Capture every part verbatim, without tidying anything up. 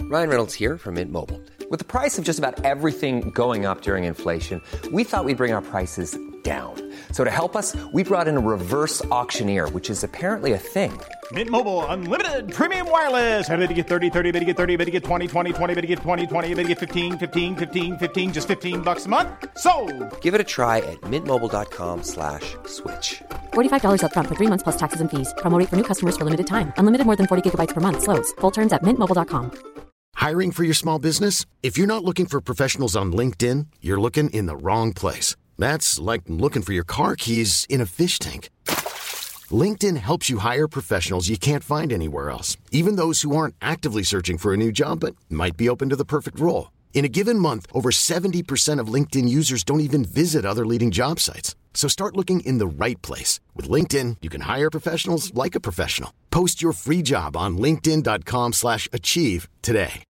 Ryan Reynolds here from Mint Mobile. With the price of just about everything going up during inflation, we thought we'd bring our prices down. So to help us, we brought in a reverse auctioneer, which is apparently a thing. Mint Mobile Unlimited Premium Wireless. How to get thirty, thirty, how to get thirty, how to get twenty, twenty, twenty, how to get twenty, twenty, how to get fifteen, fifteen, fifteen, fifteen, just fifteen bucks a month? Sold! Give it a try at mintmobile.com slash switch. forty-five dollars up front for three months plus taxes and fees. Promo rate for new customers for limited time. Unlimited more than forty gigabytes per month. Slows full terms at mint mobile dot com. Hiring for your small business? If you're not looking for professionals on LinkedIn, you're looking in the wrong place. That's like looking for your car keys in a fish tank. LinkedIn helps you hire professionals you can't find anywhere else, even those who aren't actively searching for a new job but might be open to the perfect role. In a given month, over seventy percent of LinkedIn users don't even visit other leading job sites. So start looking in the right place. With LinkedIn, you can hire professionals like a professional. Post your free job on linkedin.com slash achieve today.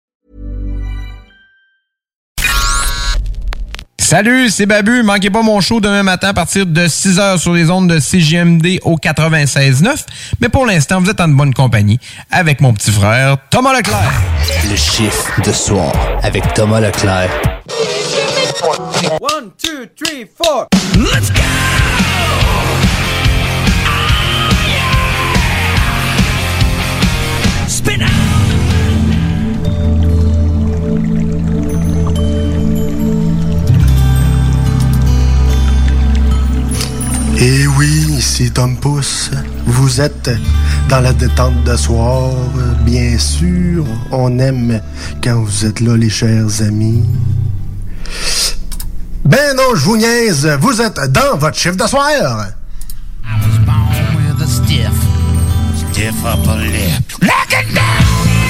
Salut, c'est Babu. Manquez pas mon show demain matin à partir de six heures sur les ondes de C J M D au quatre-vingt-seize neuf. Mais pour l'instant, vous êtes en bonne compagnie avec mon petit frère Thomas Leclerc. Le chiffre de soir avec Thomas Leclerc. One, two, three, four. Let's go! Ah, yeah! Spin out! Et oui, ici Tom Pouce. Vous êtes dans la détente de soir. Bien sûr, on aime quand vous êtes là, les chers amis. Ben non, je vous niaise. Vous êtes dans votre chiffre de soir. I was born with a stiff, stiff upper lip. Look it down!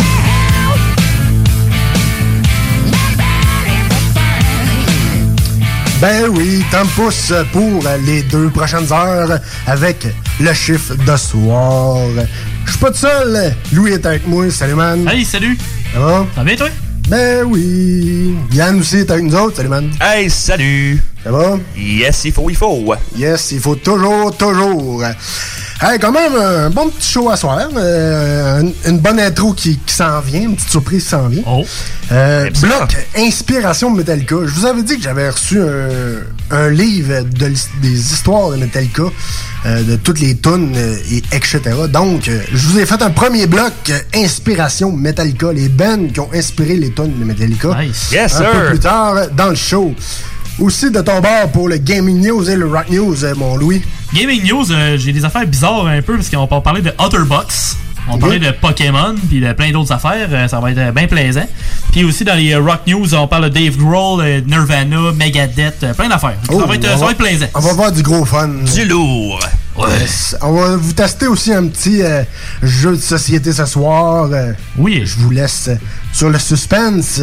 Ben oui, Tom Pouce pour les deux prochaines heures avec le chiffre de soir. Je suis pas tout seul. Louis est avec moi. Salut, man. Hey, salut. Ça va? Ça va bien, toi? Ben oui. Yann aussi est avec nous autres. Salut, man. Hey, salut. Ça va? Yes, il faut, il faut. Yes, il faut toujours, toujours. Hey, quand même, un bon petit show à soir. Euh, une, une bonne intro qui, qui s'en vient, une petite surprise qui s'en vient. Oh. Euh, bloc Inspiration Metallica. Je vous avais dit que j'avais reçu un, un livre de, des histoires de Metallica, euh, de toutes les tunes, euh, et et cetera. Donc, euh, je vous ai fait un premier bloc euh, Inspiration Metallica, les bands qui ont inspiré les tunes de Metallica. Nice. Yes, un sir. peu plus tard dans le show. Aussi de ton bord pour le Gaming News et le Rock News, euh, mon Louis. Gaming News, euh, j'ai des affaires bizarres un peu parce qu'on va parler de Otterbox. On va Okay. parler de Pokémon puis de plein d'autres affaires. Euh, ça va être euh, bien plaisant. Puis aussi dans les euh, Rock News, on parle de Dave Grohl, euh, Nirvana, Megadeth, euh, plein d'affaires. Oh, ça va être, euh, ça va être plaisant. On va voir du gros fun. Du lourd. Ouais. Yes. On va vous tester aussi un petit euh, jeu de société ce soir. Euh, oui. Je vous laisse euh, sur le suspense.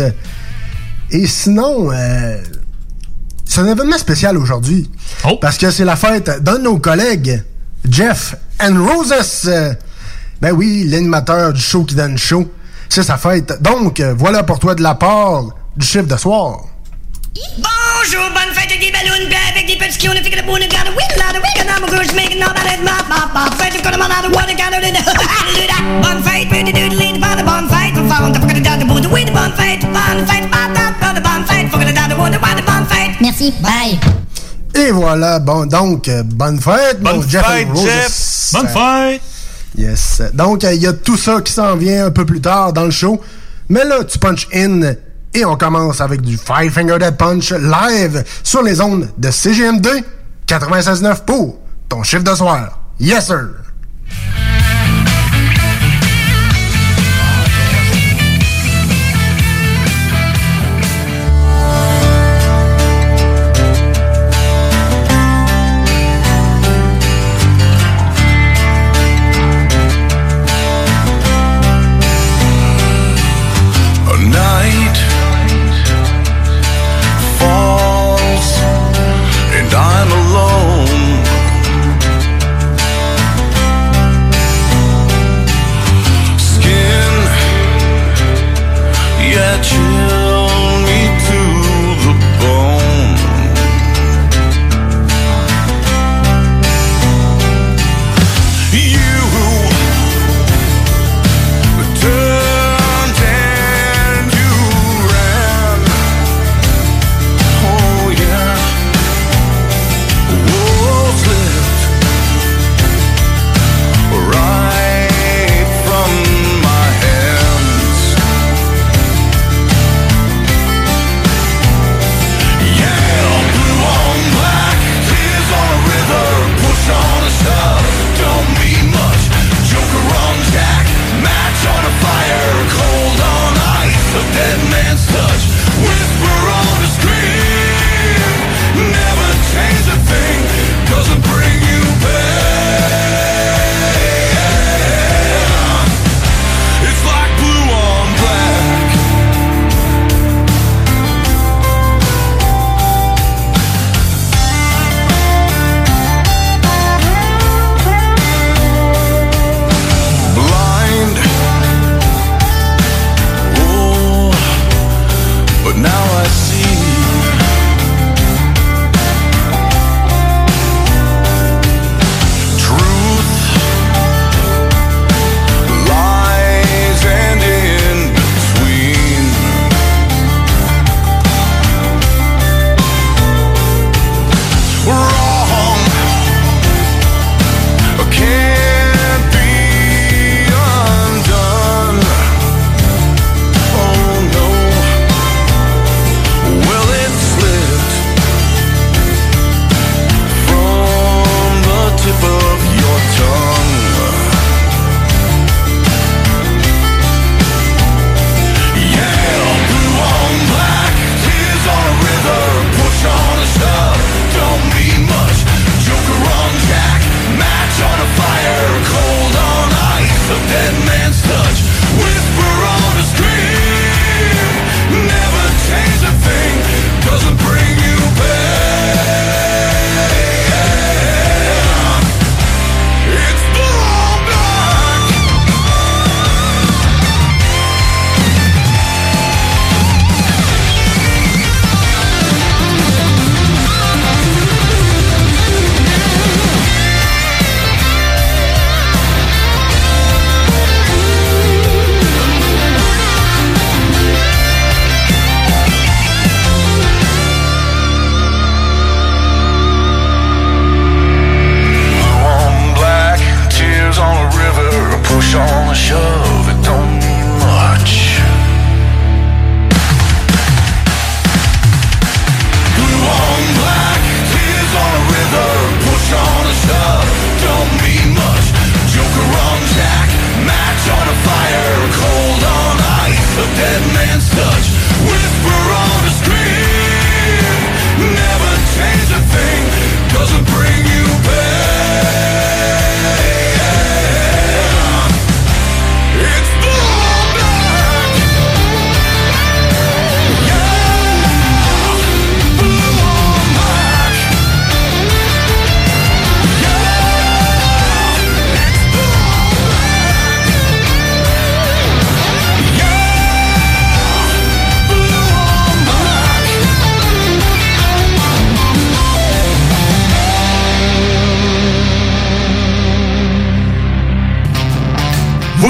Et sinon, euh, c'est un événement spécial aujourd'hui. Oh. Parce que c'est la fête d'un de nos collègues, Jeff and Roses. Euh, ben oui, l'animateur du show qui donne show. C'est sa fête. Donc, euh, voilà pour toi de la part du chiffre de soir. Bonjour, bonne fête avec des ballons, avec des petits qui ont fait que le bon gars de win, là, de win, and I'm a girl's making all that mop, mop, mop. Fête, you've got a man out of water, got it in the bonne fête, pretty doodle, lead by the bonne fête, for found the fucking down the boot, the win, bonne fête, bonne fête, by that, by the bonne fête, for the down the water, by the bonne fête. Merci, bye. Et voilà, bon, donc, euh, bonne fête, Bonne mon Jeff fête, and Roses. Jeff. Bonne fête! Yes. Donc, il euh, y a tout ça qui s'en vient un peu plus tard dans le show. Mais là, tu punch in et on commence avec du Five Finger Death Punch live sur les ondes de C G M D quatre-vingt-seize neuf pour ton chiffre de soir. Yes, sir! I'm alone.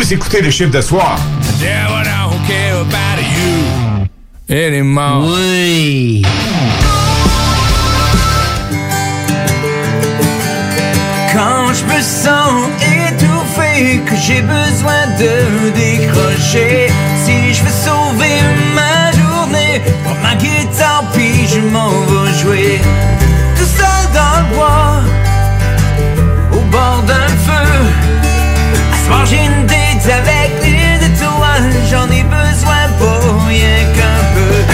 plus écouter le chiffre de soir. Yeah, but I don't care about you anymore. Oui. Quand je me sens étouffé, que j'ai besoin de décrocher, si je veux sauver ma journée, pour ma guitare puis je m'en vais jouer. Tout seul dans le bois, au bord d'un feu, à se manger une date avec l'huile d'étoile, j'en ai besoin pour rien qu'un peu.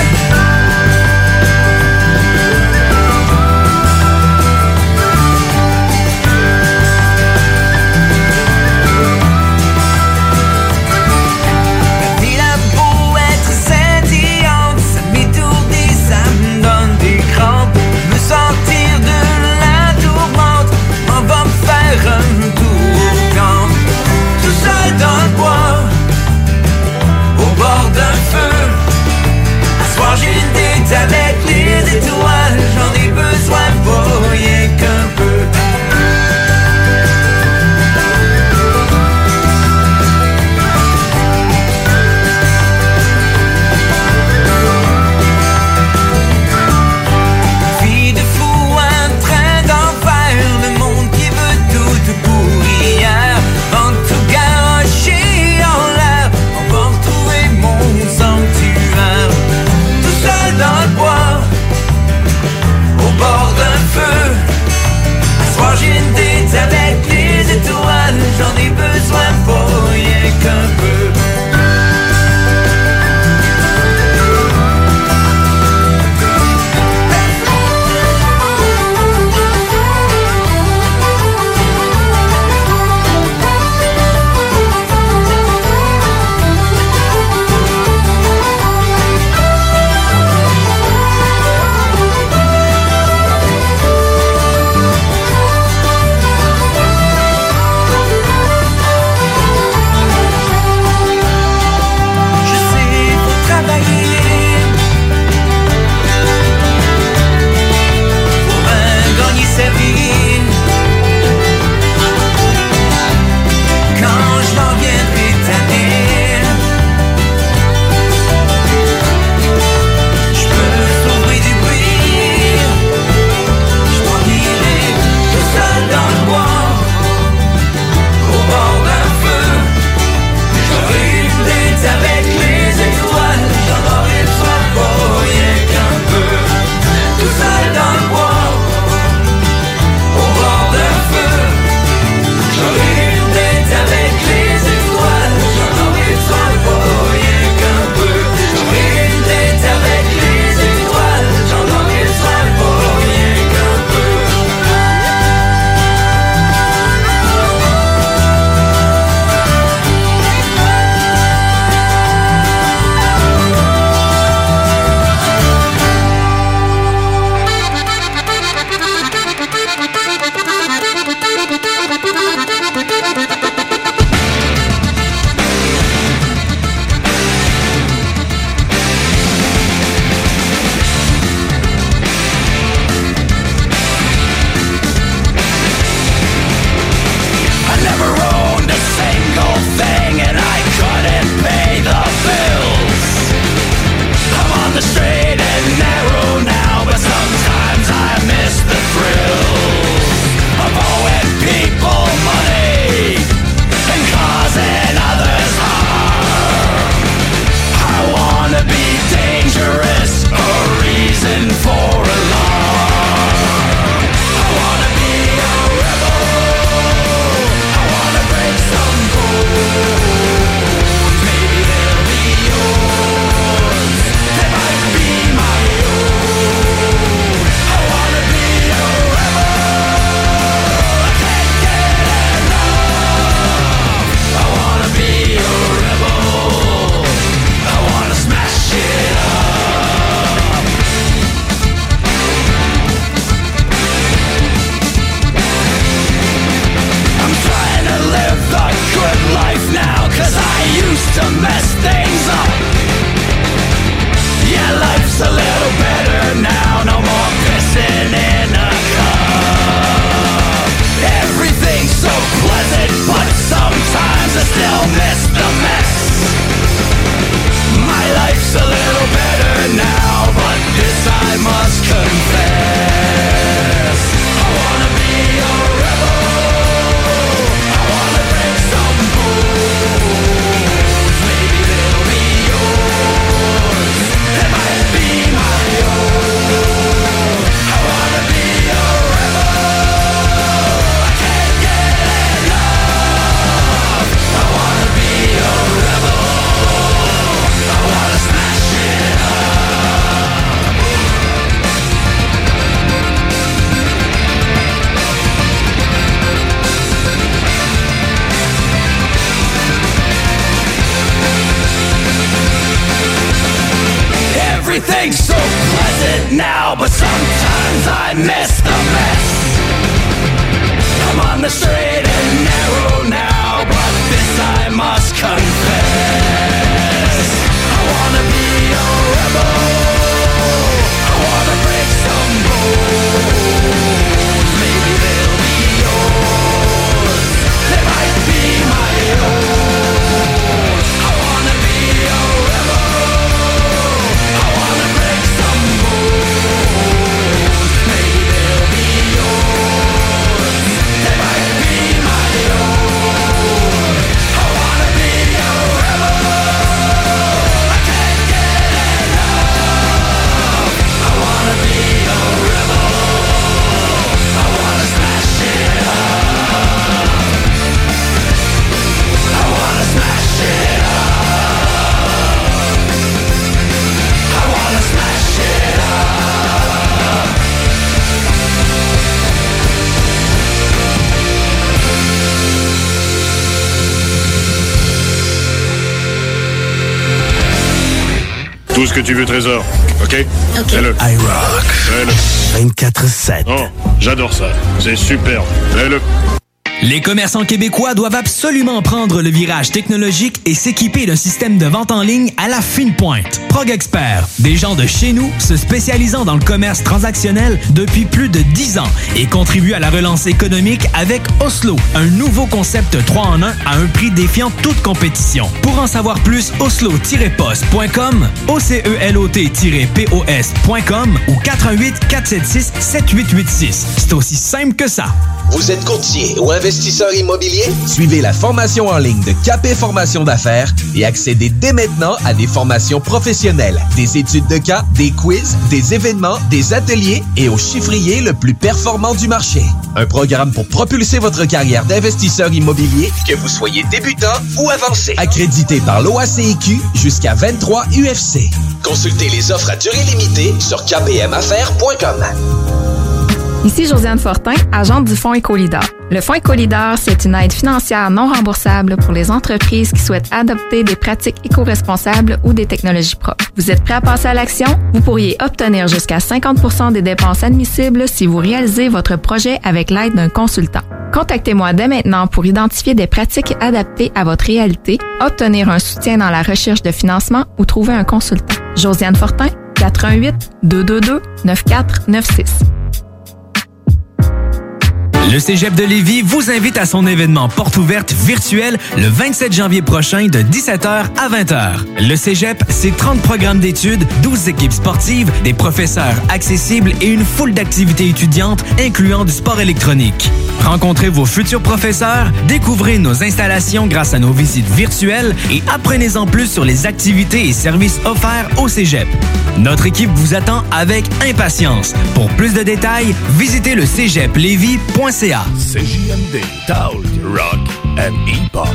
Everything's so pleasant now, but sometimes I miss the mess. I'm on the straight and narrow now, but this I must confess. I wanna be a rebel, I wanna break some bones. Maybe they'll be yours, they might be my own. I wanna be a rebel, I wanna break some bones. Maybe they'll be yours, they might be my own. I wanna be a rebel, I can't get enough. I wanna be a rebel, I wanna smash it up. I wanna smash it up. I wanna smash it up. Tout ce que tu veux, Trésor. OK? OK. Fais-le. I rock. Fais-le. vingt-quatre sept. Oh, j'adore ça. C'est super. Fais-le. Les commerçants québécois doivent absolument prendre le virage technologique et s'équiper d'un système de vente en ligne à la fine pointe. ProgExpert, des gens de chez nous se spécialisant dans le commerce transactionnel depuis plus de dix ans et contribuent à la relance économique avec Oslo, un nouveau concept trois en un à un prix défiant toute compétition. Pour en savoir plus, oslo tiret post point com, O C E L O T P O S point com ou quatre un huit quatre sept six sept huit huit six. C'est aussi simple que ça. Vous êtes courtier ou investisseur immobilier? Suivez la formation en ligne de Capé Formation d'affaires et accédez dès maintenant à des formations professionnelles, des études de cas, des quiz, des événements, des ateliers et au chiffrier le plus performant du marché. Un programme pour propulser votre carrière d'investisseur immobilier, que vous soyez débutant ou avancé. Accrédité par l'O A C I Q jusqu'à vingt-trois U F C. Consultez les offres à durée limitée sur k p m affaires point com. Ici Josiane Fortin, agente du Fonds Écolidar. Le Fonds Écolidar, c'est une aide financière non remboursable pour les entreprises qui souhaitent adopter des pratiques éco-responsables ou des technologies propres. Vous êtes prêt à passer à l'action? Vous pourriez obtenir jusqu'à cinquante pour cent des dépenses admissibles si vous réalisez votre projet avec l'aide d'un consultant. Contactez-moi dès maintenant pour identifier des pratiques adaptées à votre réalité, obtenir un soutien dans la recherche de financement ou trouver un consultant. Josiane Fortin, quatre un huit deux deux deux neuf quatre neuf six. Le Cégep de Lévis vous invite à son événement porte ouverte virtuel le vingt-sept janvier prochain de dix-sept heures à vingt heures. Le Cégep, c'est trente programmes d'études, douze équipes sportives, des professeurs accessibles et une foule d'activités étudiantes incluant du sport électronique. Rencontrez vos futurs professeurs, découvrez nos installations grâce à nos visites virtuelles et apprenez-en plus sur les activités et services offerts au Cégep. Notre équipe vous attend avec impatience. Pour plus de détails, visitez le cégep lévis point c a. C J M D, Talk, Rock and Hip-Hop.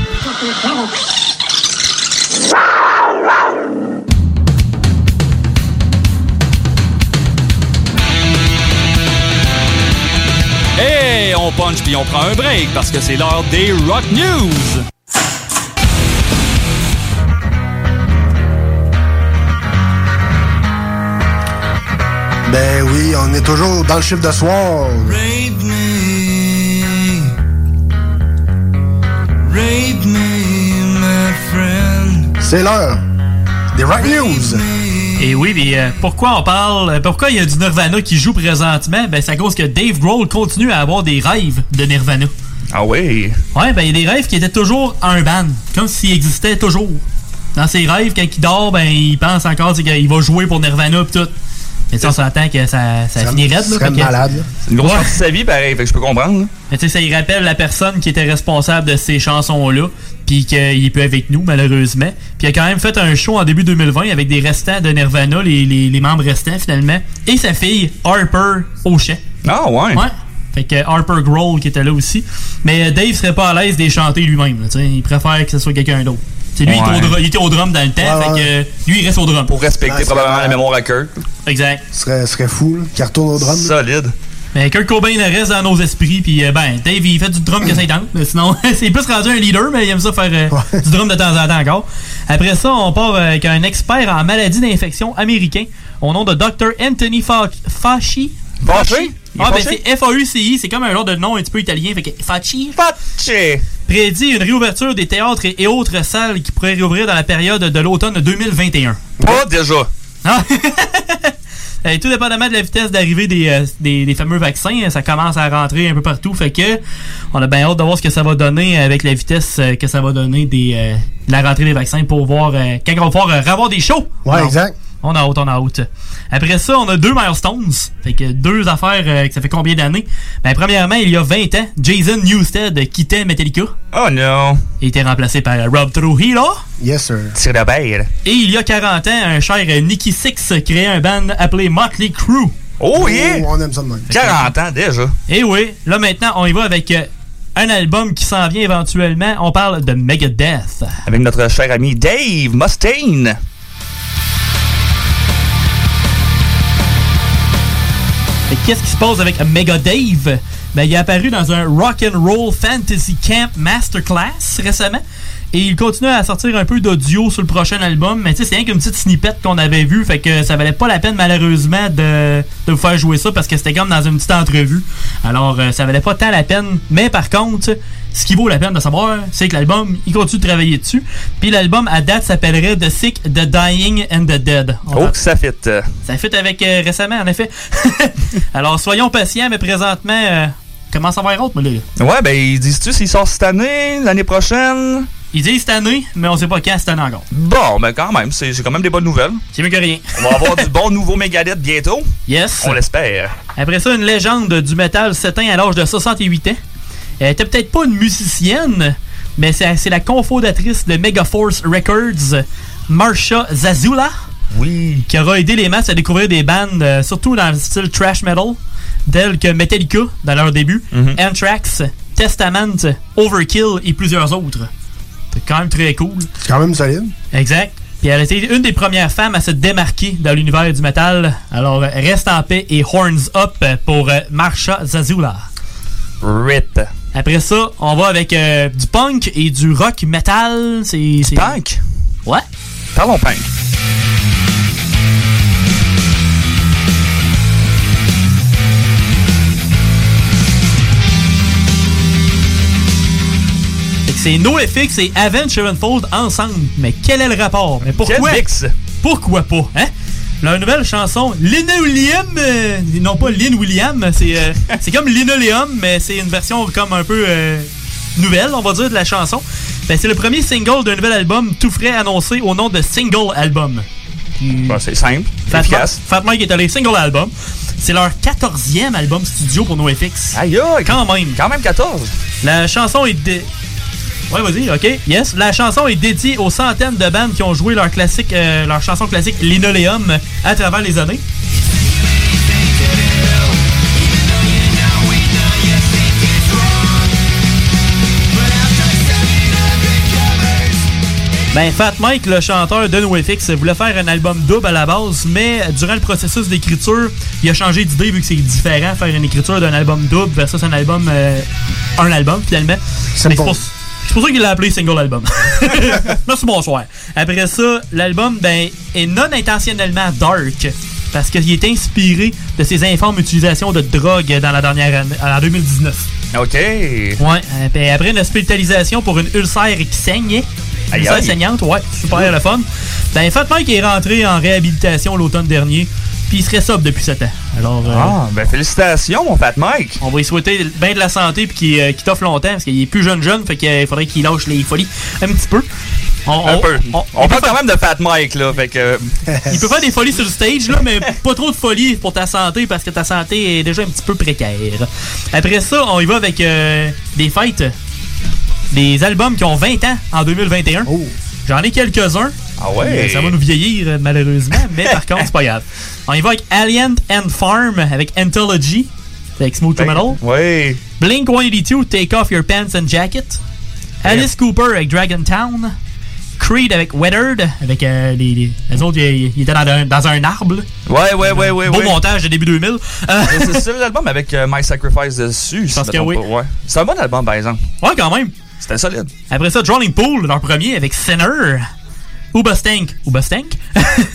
Hey, on punch puis on prend un break parce que c'est l'heure des Rock News. Ben oui, on est toujours dans le chiffre de soir. Rape me, rape me, my friend. C'est l'heure des Rock News. Et oui, mais euh, pourquoi on parle... Pourquoi il y a du Nirvana qui joue présentement? Ben, c'est à cause que Dave Grohl continue à avoir des rêves de Nirvana. Ah oui? Ouais, ben, il y a des rêves qui étaient toujours un band. Comme s'il existait toujours. Dans ses rêves, quand il dort, ben, il pense encore qu'il va jouer pour Nirvana pis tout. Mais ça, on s'entend que ça, ça finit raide. C'est malade. C'est une grosse partie de sa vie, pareil, fait que je peux comprendre. Là. Mais tu sais, ça y rappelle la personne qui était responsable de ces chansons-là, puis qu'il est plus avec nous, malheureusement. Puis il a quand même fait un show en début deux mille vingt avec des restants de Nirvana, les, les, les membres restants, finalement, et sa fille, Harper O'Shea. Ah, ouais? Ouais. Fait que Harper Grohl qui était là aussi. Mais Dave serait pas à l'aise de les chanter lui-même. Là, il préfère que ce soit quelqu'un d'autre. C'est lui, ouais. il, était au, il était au drum dans le temps, ouais, fait ouais. que lui, il reste au drum. Pour respecter ouais, probablement la mémoire à Kurt. Exact. Ce serait, serait fou, qu'il retourne au drum. Solide. Mais Kurt Cobain, il reste dans nos esprits, puis ben, Dave, il fait du drum que ça tente. Sinon, c'est plus rendu un leader, mais il aime ça faire euh, ouais. du drum de temps en temps encore. Après ça, on part avec un expert en maladies d'infection américain au nom de docteur Anthony Fa- Fauci. Fauci? Ah, ben c'est F A U C I, c'est comme un genre de nom un petit peu italien, fait que Fauci. Fauci! Prédit une réouverture des théâtres et, et autres salles qui pourraient réouvrir dans la période de l'automne deux mille vingt et un. Pas déjà! Ah. Et tout dépendamment de la vitesse d'arrivée des, euh, des, des fameux vaccins, ça commence à rentrer un peu partout. Fait que on a bien hâte de voir ce que ça va donner avec la vitesse euh, que ça va donner des, euh, de la rentrée des vaccins pour voir euh, quand on va pouvoir euh, revoir des shows. Ouais, non. exact. On a hâte, on a hâte. Après ça, on a deux milestones. Fait que deux affaires euh, que ça fait combien d'années? Ben, premièrement, il y a vingt ans, Jason Newsted quittait Metallica. Oh non! Il était remplacé par Rob Trujillo. Yes, sir. C'est Robert. Et il y a quarante ans, un cher Nicky Six créait un band appelé Motley Crue. Oh yeah! Oh, on aime ça de même. quarante ans déjà. Et oui, là maintenant, on y va avec euh, un album qui s'en vient éventuellement. On parle de Megadeth. Avec notre cher ami Dave Mustaine. Et qu'est-ce qui se passe avec Megadeth? Ben, il est apparu dans un Rock'n'Roll Fantasy Camp Masterclass récemment. Et il continue à sortir un peu d'audio sur le prochain album. Mais tu sais, c'est rien qu'une petite snippet qu'on avait vue. Fait que ça valait pas la peine, malheureusement, de, de vous faire jouer ça parce que c'était comme dans une petite entrevue. Alors, euh, ça valait pas tant la peine. Mais par contre, ce qui vaut la peine de savoir, c'est que l'album, il continue de travailler dessus. Puis l'album, à date, s'appellerait The Sick, The Dying and The Dead. On oh, va... que ça fit. Ça fit avec euh, récemment, en effet. Alors, soyons patients, mais présentement, euh, comment ça va être autre, moi, là? Ouais, ben, ils disent-tu s'il sort cette année, l'année prochaine? Ils disent cette année, mais on sait pas quand cette année encore. Bon, ben quand même, c'est, c'est quand même des bonnes nouvelles. C'est mieux que rien. On va avoir du bon nouveau Megadeth bientôt. Yes. On l'espère. Après ça, une légende du métal s'éteint à l'âge de soixante-huit ans. Elle était peut-être pas une musicienne, mais c'est, c'est la cofondatrice de Megaforce Records, Marsha Zazula. Oui. Qui aura aidé les masses à découvrir des bandes, euh, surtout dans le style thrash metal, tels que Metallica, dans leur début, mm-hmm. Anthrax, Testament, Overkill et plusieurs autres. C'est quand même très cool. C'est quand même solide. Exact. Puis elle a été une des premières femmes à se démarquer dans l'univers du métal. Alors, reste en paix et horns up pour euh, Marsha Zazula. Rip. Après ça, on va avec euh, du punk et du rock metal. C'est, du c'est... punk? Ouais. Parlons punk. C'est NoFX et Avenged Sevenfold ensemble. Mais quel est le rapport? Mais pourquoi? Quel mix? Pourquoi pas? Hein? Leur nouvelle chanson, Linoleum, euh, non pas Lynn William, c'est, euh, c'est comme Linoleum, mais c'est une version comme un peu euh, nouvelle, on va dire, de la chanson. Ben, c'est le premier single d'un nouvel album tout frais annoncé au nom de Single Album. Ben, c'est simple, Fat efficace. Fat Mike est allé Single Album. C'est leur quatorzième album studio pour NoFX. Aïe, aïe, quand même. Quand même quatorze. La chanson est... De... Ouais, vas-y, ok, yes. La chanson est dédiée aux centaines de bandes qui ont joué leur classique, euh, leur chanson classique Linoleum à travers les années. Ben, Fat Mike, le chanteur de NoFX, voulait faire un album double à la base, mais durant le processus d'écriture, il a changé d'idée vu que c'est différent faire une écriture d'un album double versus un album, euh, un album finalement. C'est pour, c'est pour ça qu'il l'a appelé Single Album. Merci, bonsoir. Après ça, l'album ben, est non intentionnellement dark parce qu'il est inspiré de ses informes utilisations de drogue dans la dernière année, en deux mille dix-neuf. OK. Ouais. Ben, après une hospitalisation pour une ulcère qui saigne. Une ulcère saignante, ouais, super le fun. Ben, Fat Mike est rentré en réhabilitation l'automne dernier, puis il serait sobre depuis sept ans. Alors, euh, ah, ben félicitations, mon Fat Mike. On va lui souhaiter bien de la santé puis qu'il, euh, qu'il t'offre longtemps, parce qu'il est plus jeune jeune, fait qu'il faudrait qu'il lâche les folies un petit peu. On, un on, peu. On, on parle quand même de Fat Mike, là, fait que... Il peut faire des folies sur le stage, là, mais pas trop de folies pour ta santé, parce que ta santé est déjà un petit peu précaire. Après ça, on y va avec euh, des fêtes. Des albums qui ont vingt ans en deux mille vingt et un. Oh. J'en ai quelques-uns. Ah ouais? Ça va nous vieillir, malheureusement, mais par contre, c'est pas grave. On y va avec Alien and Farm avec Anthology, avec Smooth Criminal. Ouais. Blink one eighty-two, Take Off Your Pants and Jacket. Alice yeah. Cooper avec Dragon Town. Creed avec Weathered, avec euh, les, les, les autres, ils il étaient dans un, dans un arbre. Ouais, ouais, ouais, ouais. Beau ouais. montage de début deux mille. Euh, c'est, c'est l'album avec uh, My Sacrifice dessus. Je pense que oui. Ouais. C'est un bon album, par exemple. Ouais, quand même. C'était solide. Après ça, Drowning Pool, leur premier, avec Sinner. Uba Stank. Uba Stank.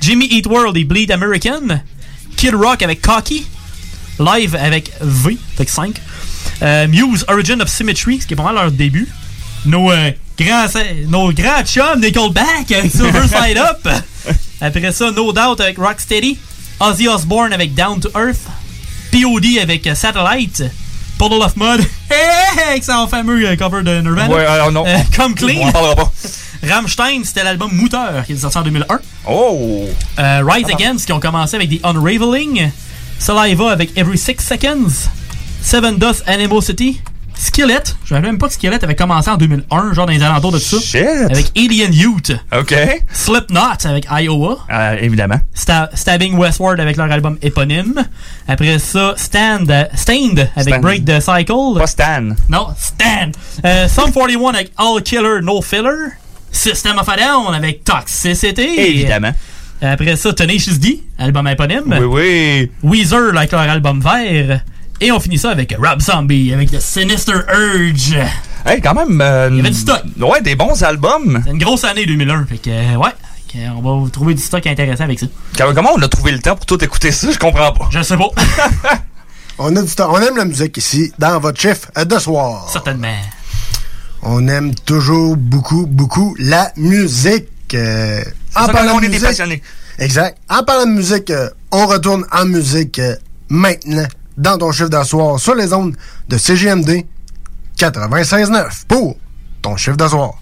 Jimmy Eat World et Bleed American. Kid Rock avec Cocky. Live avec V, fait que cinq. Euh, Muse, Origin of Symmetry, ce qui est pas mal leur début. Nos, euh, grands, nos grands chums, Nickelback avec Silver Side Up. Après ça, No Doubt avec Rocksteady. Ozzy Osbourne avec Down to Earth. P O D avec uh, Satellite. Puddle of Mud. Avec son fameux uh, cover de Nirvana. Ouais, alors non. Euh, Come Clean. On en parlera pas. Rammstein, c'était l'album Mouteur qui est sorti en deux mille un. Oh! Euh, Rise Against qui ont commencé avec The Unraveling. Saliva avec Every Six Seconds. Seven Dust Animosity. Skillet. Je savais même pas que Skillet avait commencé en deux mille un, genre dans les alentours de tout ça. Shit! Avec Alien Youth. OK. Slipknot avec Iowa. Euh, évidemment. Sta- Stabbing Westward avec leur album éponyme. Après ça, Stand, euh, Stained avec Stan. Break the Cycle. Pas Stan. Non, Stand. Euh, Sum quarante et un avec All Killer, No Filler. System of a Down avec Toxicity. Évidemment. Après ça, Tenacious D, album éponyme. Oui, oui. Weezer avec leur album vert. Et on finit ça avec Rob Zombie avec The Sinister Urge. Hey, quand même. Euh, Il y avait du stock. Ouais, des bons albums. C'est une grosse année deux mille un. Fait que, euh, ouais. Fait que, on va vous trouver du stock intéressant avec ça. Comment on a trouvé le temps pour tout écouter ça? Je comprends pas. Je sais pas. On a du temps. On aime la musique ici, dans votre chiffre de soir. Certainement. On aime toujours beaucoup, beaucoup la musique. Euh, en ça parlant on de est des musique, passionnés. Exact. En parlant de musique, euh, on retourne en musique euh, maintenant dans ton chiffre d'asseoir sur les ondes de C G M D quatre-vingt-seize neuf pour ton chiffre d'asseoir.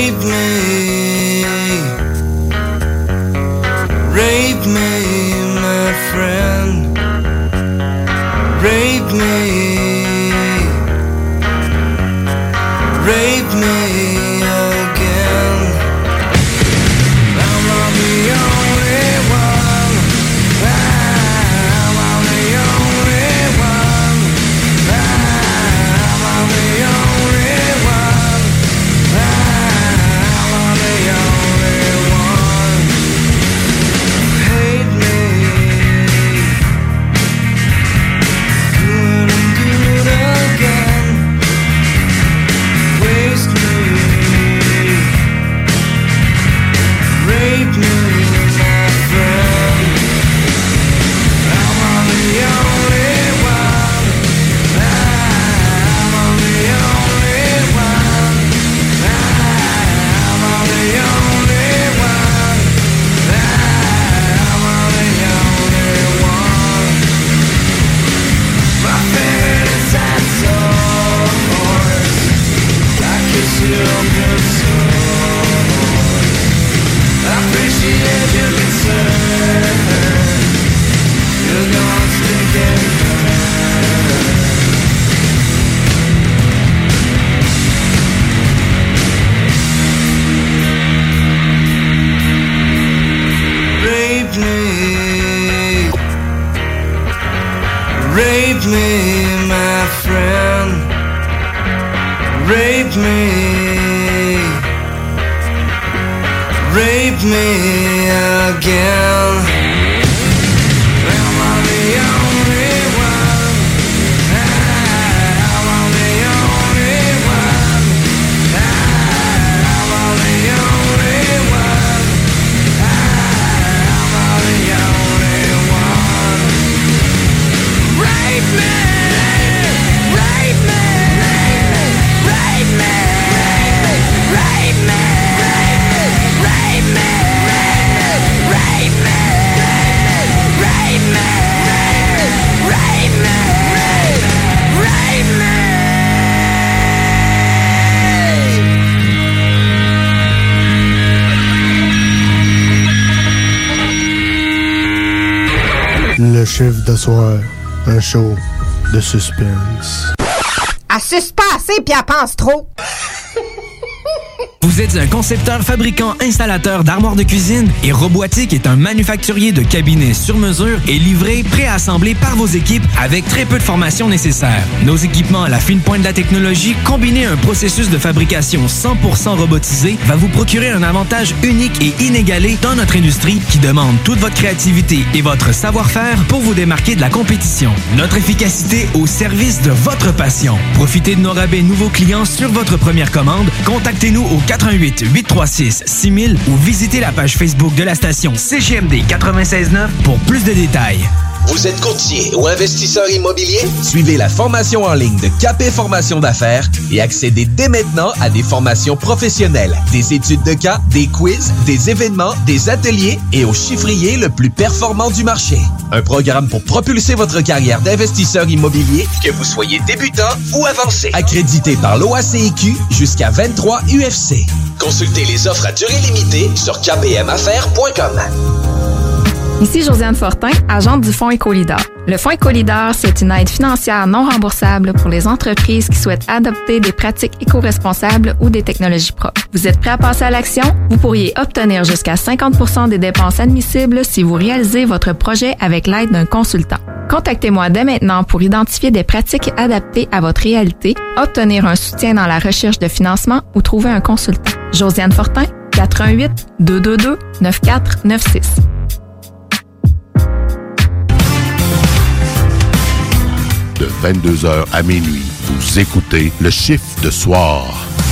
Rape me, rape me, my friend. Rape me, rape me again. I'm not the only one. I'm not the only one. I'm not the only one. I'm not the only one. Hate me. Do it and do it again. Waste me. Rape me, my friend. I'm on the only one. I'm on the only one. I'm on the only one. I'm on the only one. My face is so hoarse. I kiss your good soul. I appreciate your concern. You're gonna stick it Rape me, rape me, my friend. Rape me, rape me again. Am I the only one? Am I the only one? Am I the only one? Am I the only one? Rape me, rape me, rape me, rape me, rape me, rape me, rape me, rape me, rape me. Le chiffre de soir, un show de suspense. Elle suce pas assez pis elle pense trop. Vous êtes un concepteur, fabricant, installateur d'armoires de cuisine et Robotique est un manufacturier de cabinets sur mesure et livré, préassemblé par vos équipes avec très peu de formation nécessaire. Nos équipements à la fine pointe de la technologie, combinés à un processus de fabrication cent pour cent robotisé, va vous procurer un avantage unique et inégalé dans notre industrie qui demande toute votre créativité et votre savoir-faire pour vous démarquer de la compétition. Notre efficacité au service de votre passion. Profitez de nos rabais nouveaux clients sur votre première commande. Contactez-nous au quatre-vingt-huit huit trois six six mille ou visitez la page Facebook de la station C G M D quatre-vingt-seize neuf pour plus de détails. Vous êtes courtier ou investisseur immobilier? Suivez la formation en ligne de Capé Formation d'affaires et accédez dès maintenant à des formations professionnelles, des études de cas, des quiz, des événements, des ateliers et au chiffrier le plus performant du marché. Un programme pour propulser votre carrière d'investisseur immobilier, que vous soyez débutant ou avancé. Accrédité par l'O A C I Q jusqu'à vingt-trois U F C. Consultez les offres à durée limitée sur k p m affaires point com. Ici Josiane Fortin, agente du Fonds Écolidar. Le Fonds Écolidar, c'est une aide financière non remboursable pour les entreprises qui souhaitent adopter des pratiques éco-responsables ou des technologies propres. Vous êtes prêt à passer à l'action? Vous pourriez obtenir jusqu'à cinquante pour cent des dépenses admissibles si vous réalisez votre projet avec l'aide d'un consultant. Contactez-moi dès maintenant pour identifier des pratiques adaptées à votre réalité, obtenir un soutien dans la recherche de financement ou trouver un consultant. Josiane Fortin, quatre un huit deux deux deux neuf quatre neuf six. De vingt-deux heures à minuit, vous écoutez le chiffre de soir.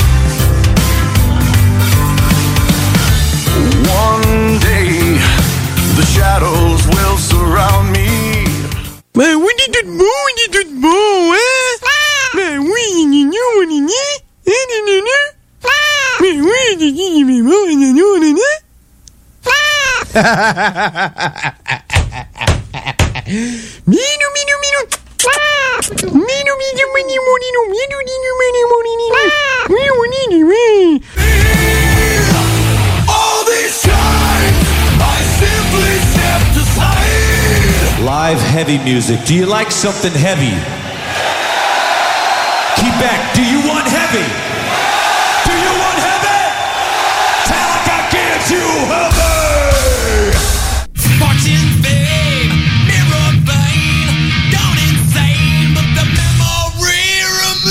One day, the shadows will surround me. Ben oui, il est tout beau, il est tout beau, hein? Ben oui, il est nous, il est né. Hein, il est né. Ben oui, il est né, il est beau, il est nous, il est né. Minou, minou, minou. Minou, minou, minou, minou, minou, minou, minou, minou, minou, minou, minou, minou, minou, minou, minou. music? Do you like something heavy? Quebec, do you want heavy? Do you want heavy? Metallica gives you heavy! Fortune fame, mirror vein, gone insane, but the memory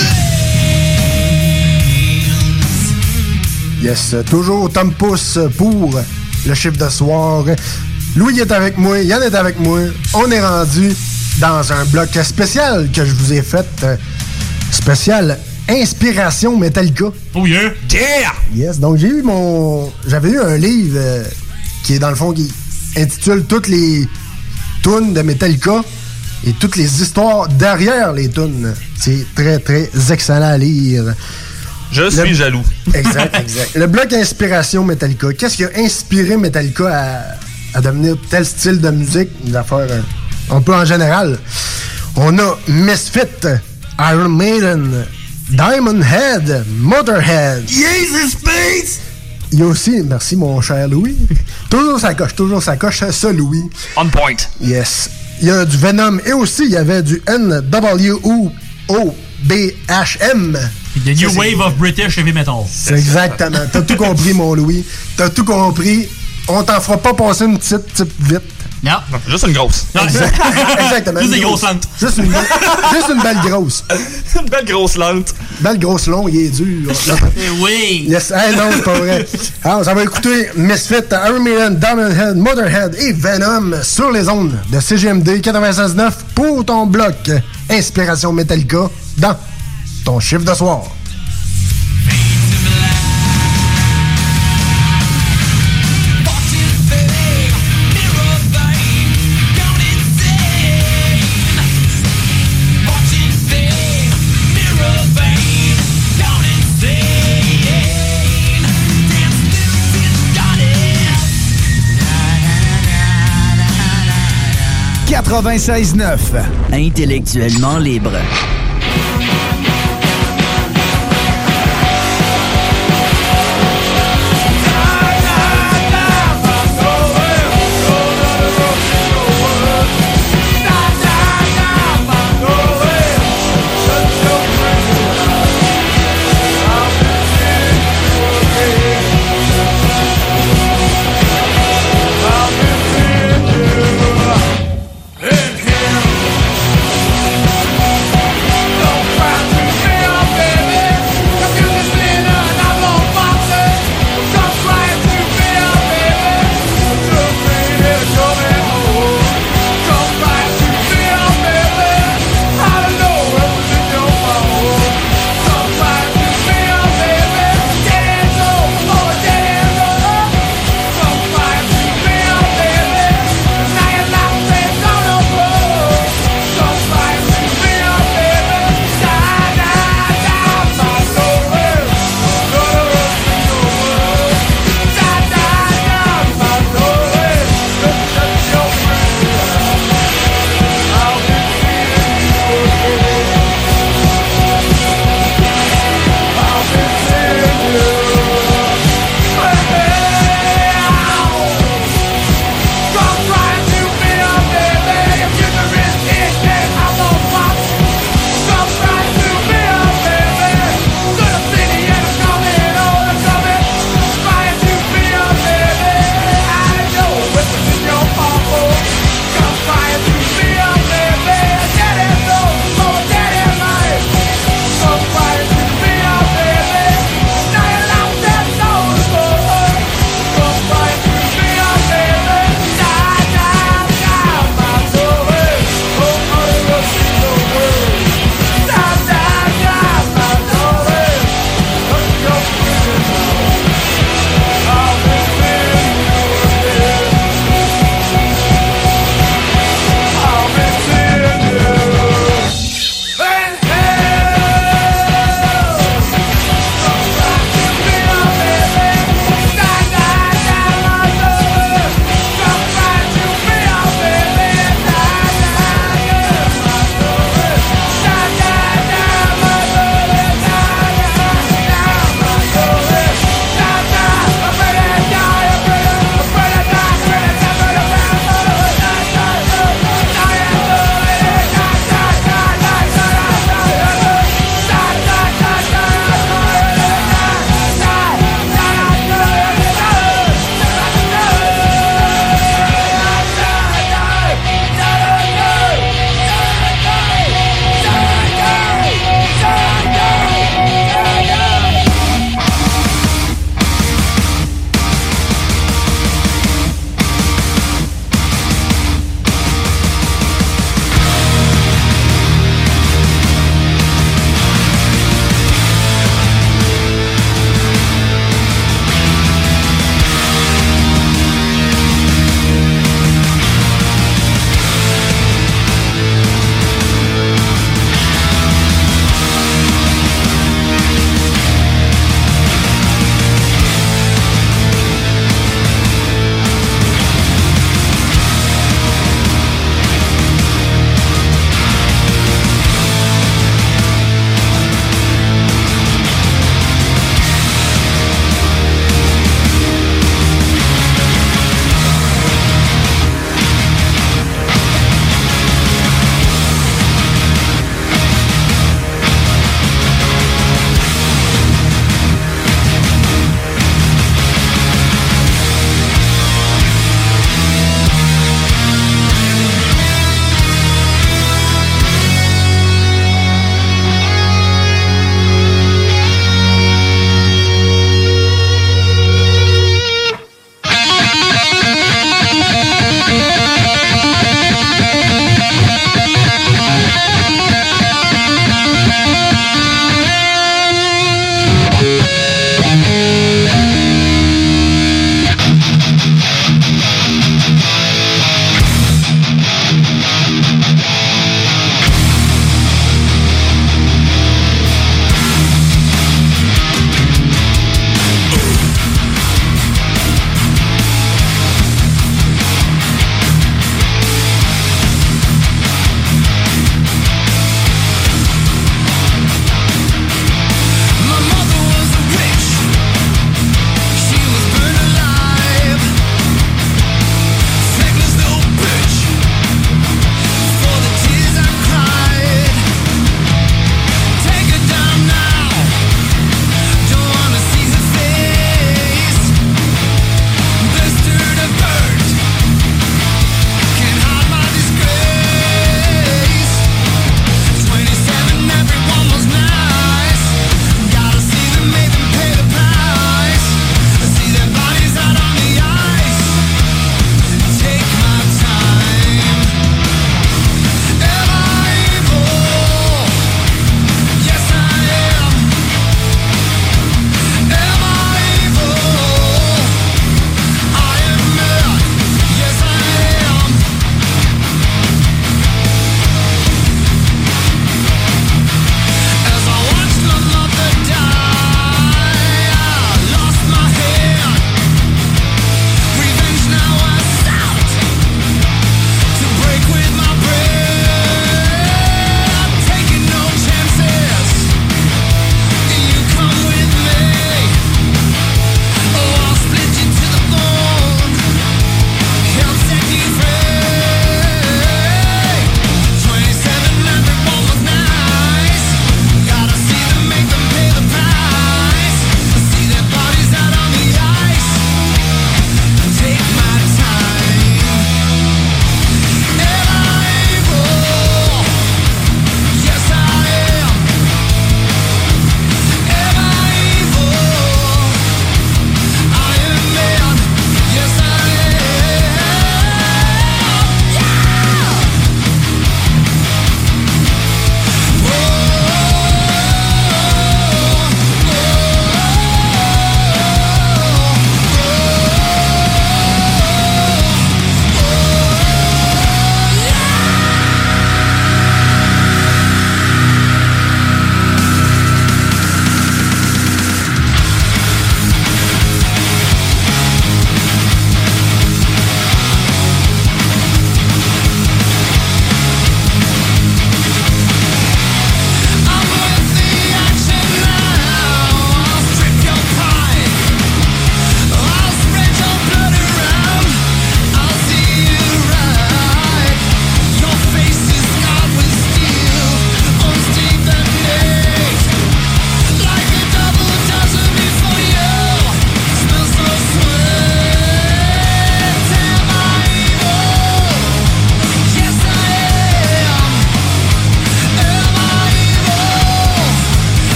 remains. Yes, toujours Tom Pouce pour le chiffre de soir. Louis est avec moi, Yann est avec moi. On est rendu dans un bloc spécial que je vous ai fait. Euh, spécial Inspiration Metallica. Oh yeah! Yeah! Yes, donc j'ai eu mon... J'avais eu un livre euh, qui est dans le fond qui intitule toutes les tunes de Metallica et toutes les histoires derrière les tunes. C'est très, très excellent à lire. Je Le... suis jaloux. Exact, exact. Le bloc Inspiration Metallica. Qu'est-ce qui a inspiré Metallica à, à devenir tel style de musique? Des affaires euh, un peu en général. On a Misfit, Iron Maiden, Diamond Head, Motorhead. Jesus Space! Il y a aussi, merci mon cher Louis, toujours sa coche, toujours sa coche, ça Louis. On point. Yes. Il y a du Venom et aussi il y avait du N W O B H M. The New Ça, Wave of British Heavy Metal. C'est exactement. T'as tout compris, mon Louis. T'as tout compris. On t'en fera pas passer une petite, petite vite. Non. non. Juste une grosse. Exact. Exactement. Juste des grosses lentes. Juste une, juste une belle grosse. Une belle grosse lente. Belle grosse longue, il est dur. Oui. Yes. Hey, non, c'est pas vrai. Alors, ça va écouter Misfit, Iron Maiden, Diamond Head, Motorhead et Venom sur les ondes de C G M D quatre-vingt-seize neuf pour ton bloc Inspiration Metallica dans ton chiffre de soir. quatre-vingt-seize neuf. Intellectuellement libre. In him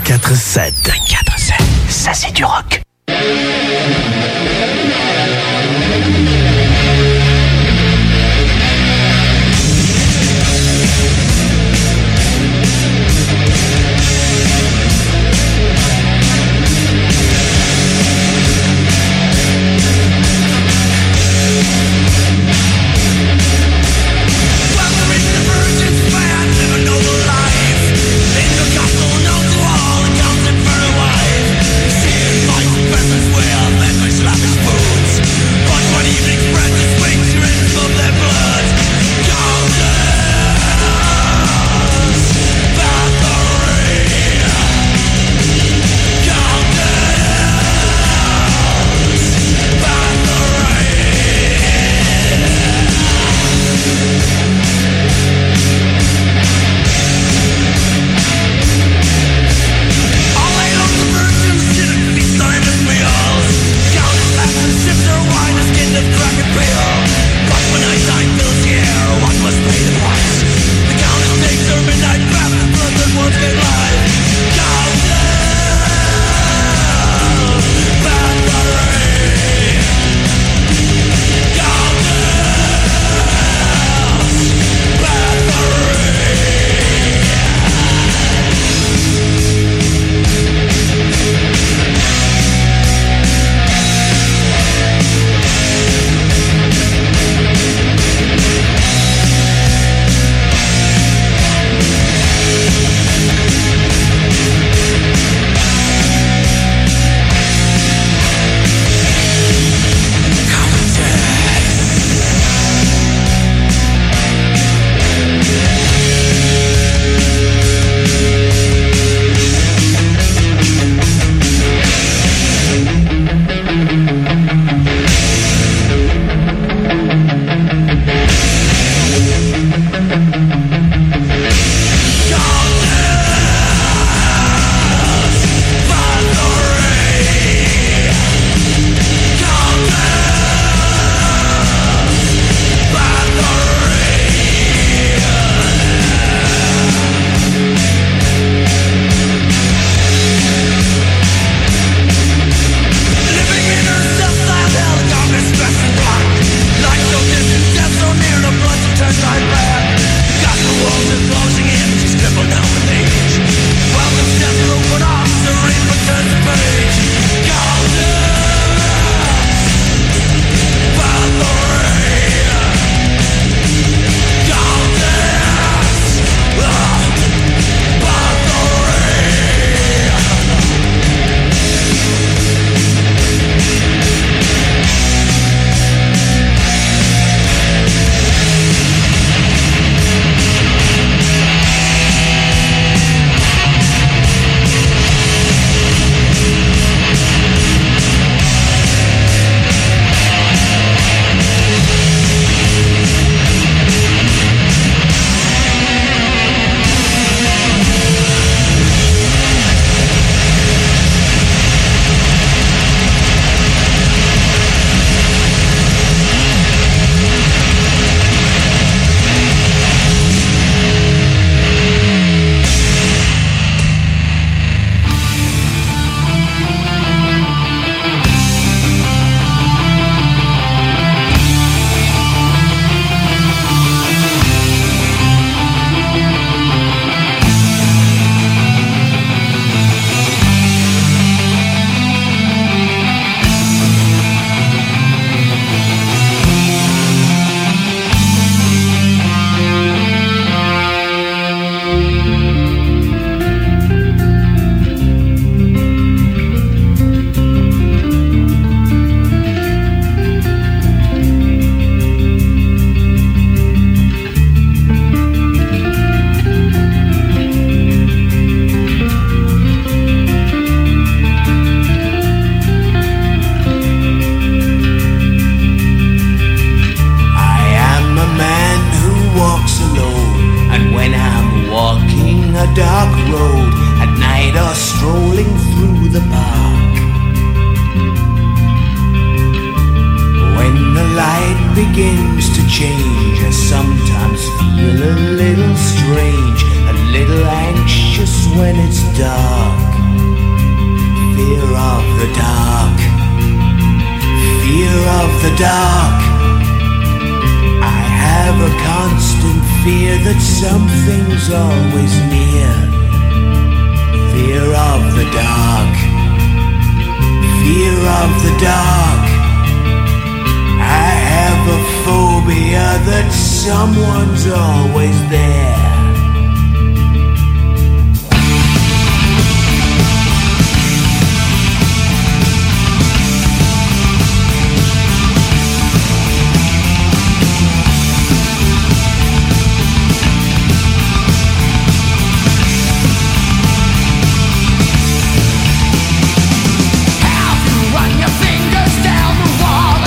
vingt-quatre sept. vingt-quatre sept. Ça, c'est du rock. begins to change. I sometimes feel a little strange, a little anxious when it's dark. Fear of the dark. Fear of the dark. I have a constant fear that something's always near. Fear of the dark. Fear of the dark. I have a phobia that someone's always there.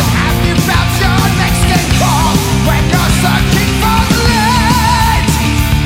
When you're searching for the light,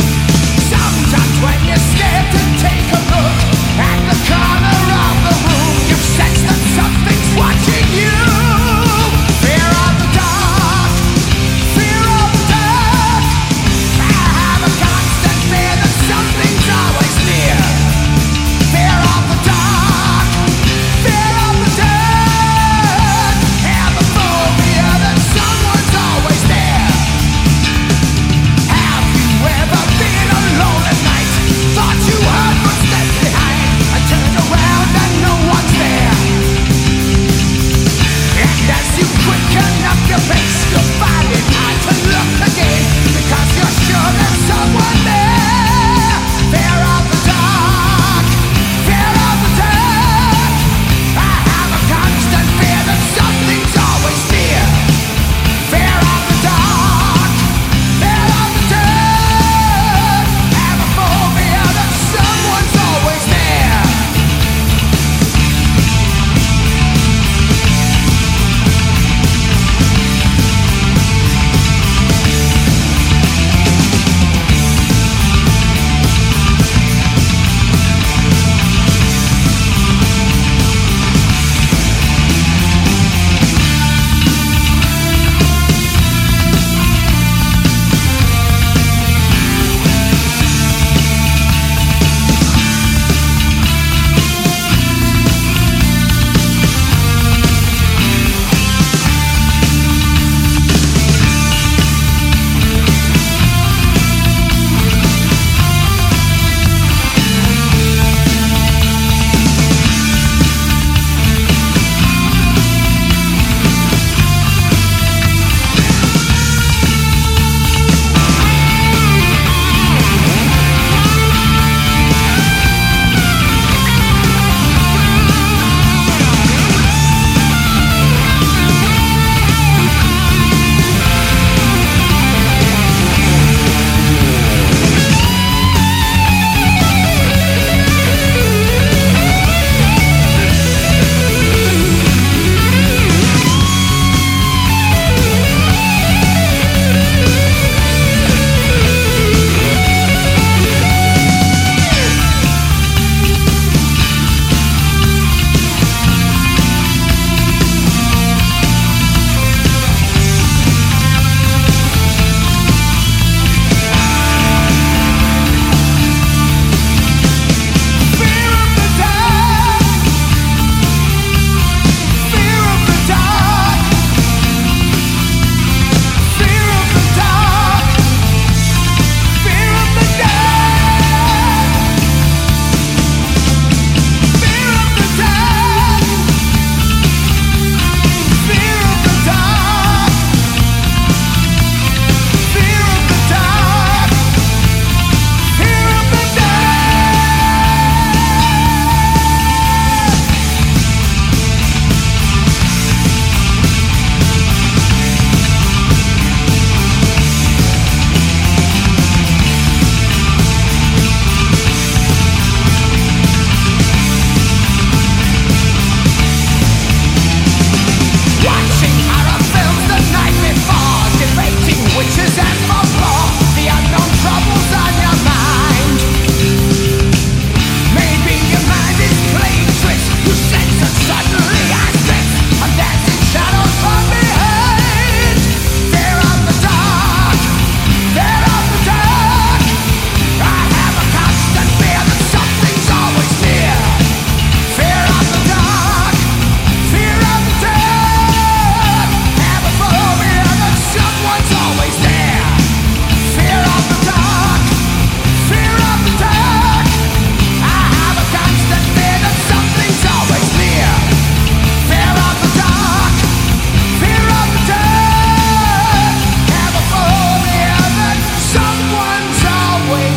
always there. Fear of the dark, fear of the dark. I have a constant fear that something's always near. Fear of the dark, fear of the dark. Have a phobia that someone's always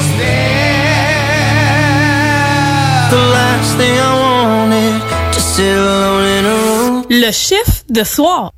there. The last thing I wanted, to sit alone in a room. Le chiffre de soir.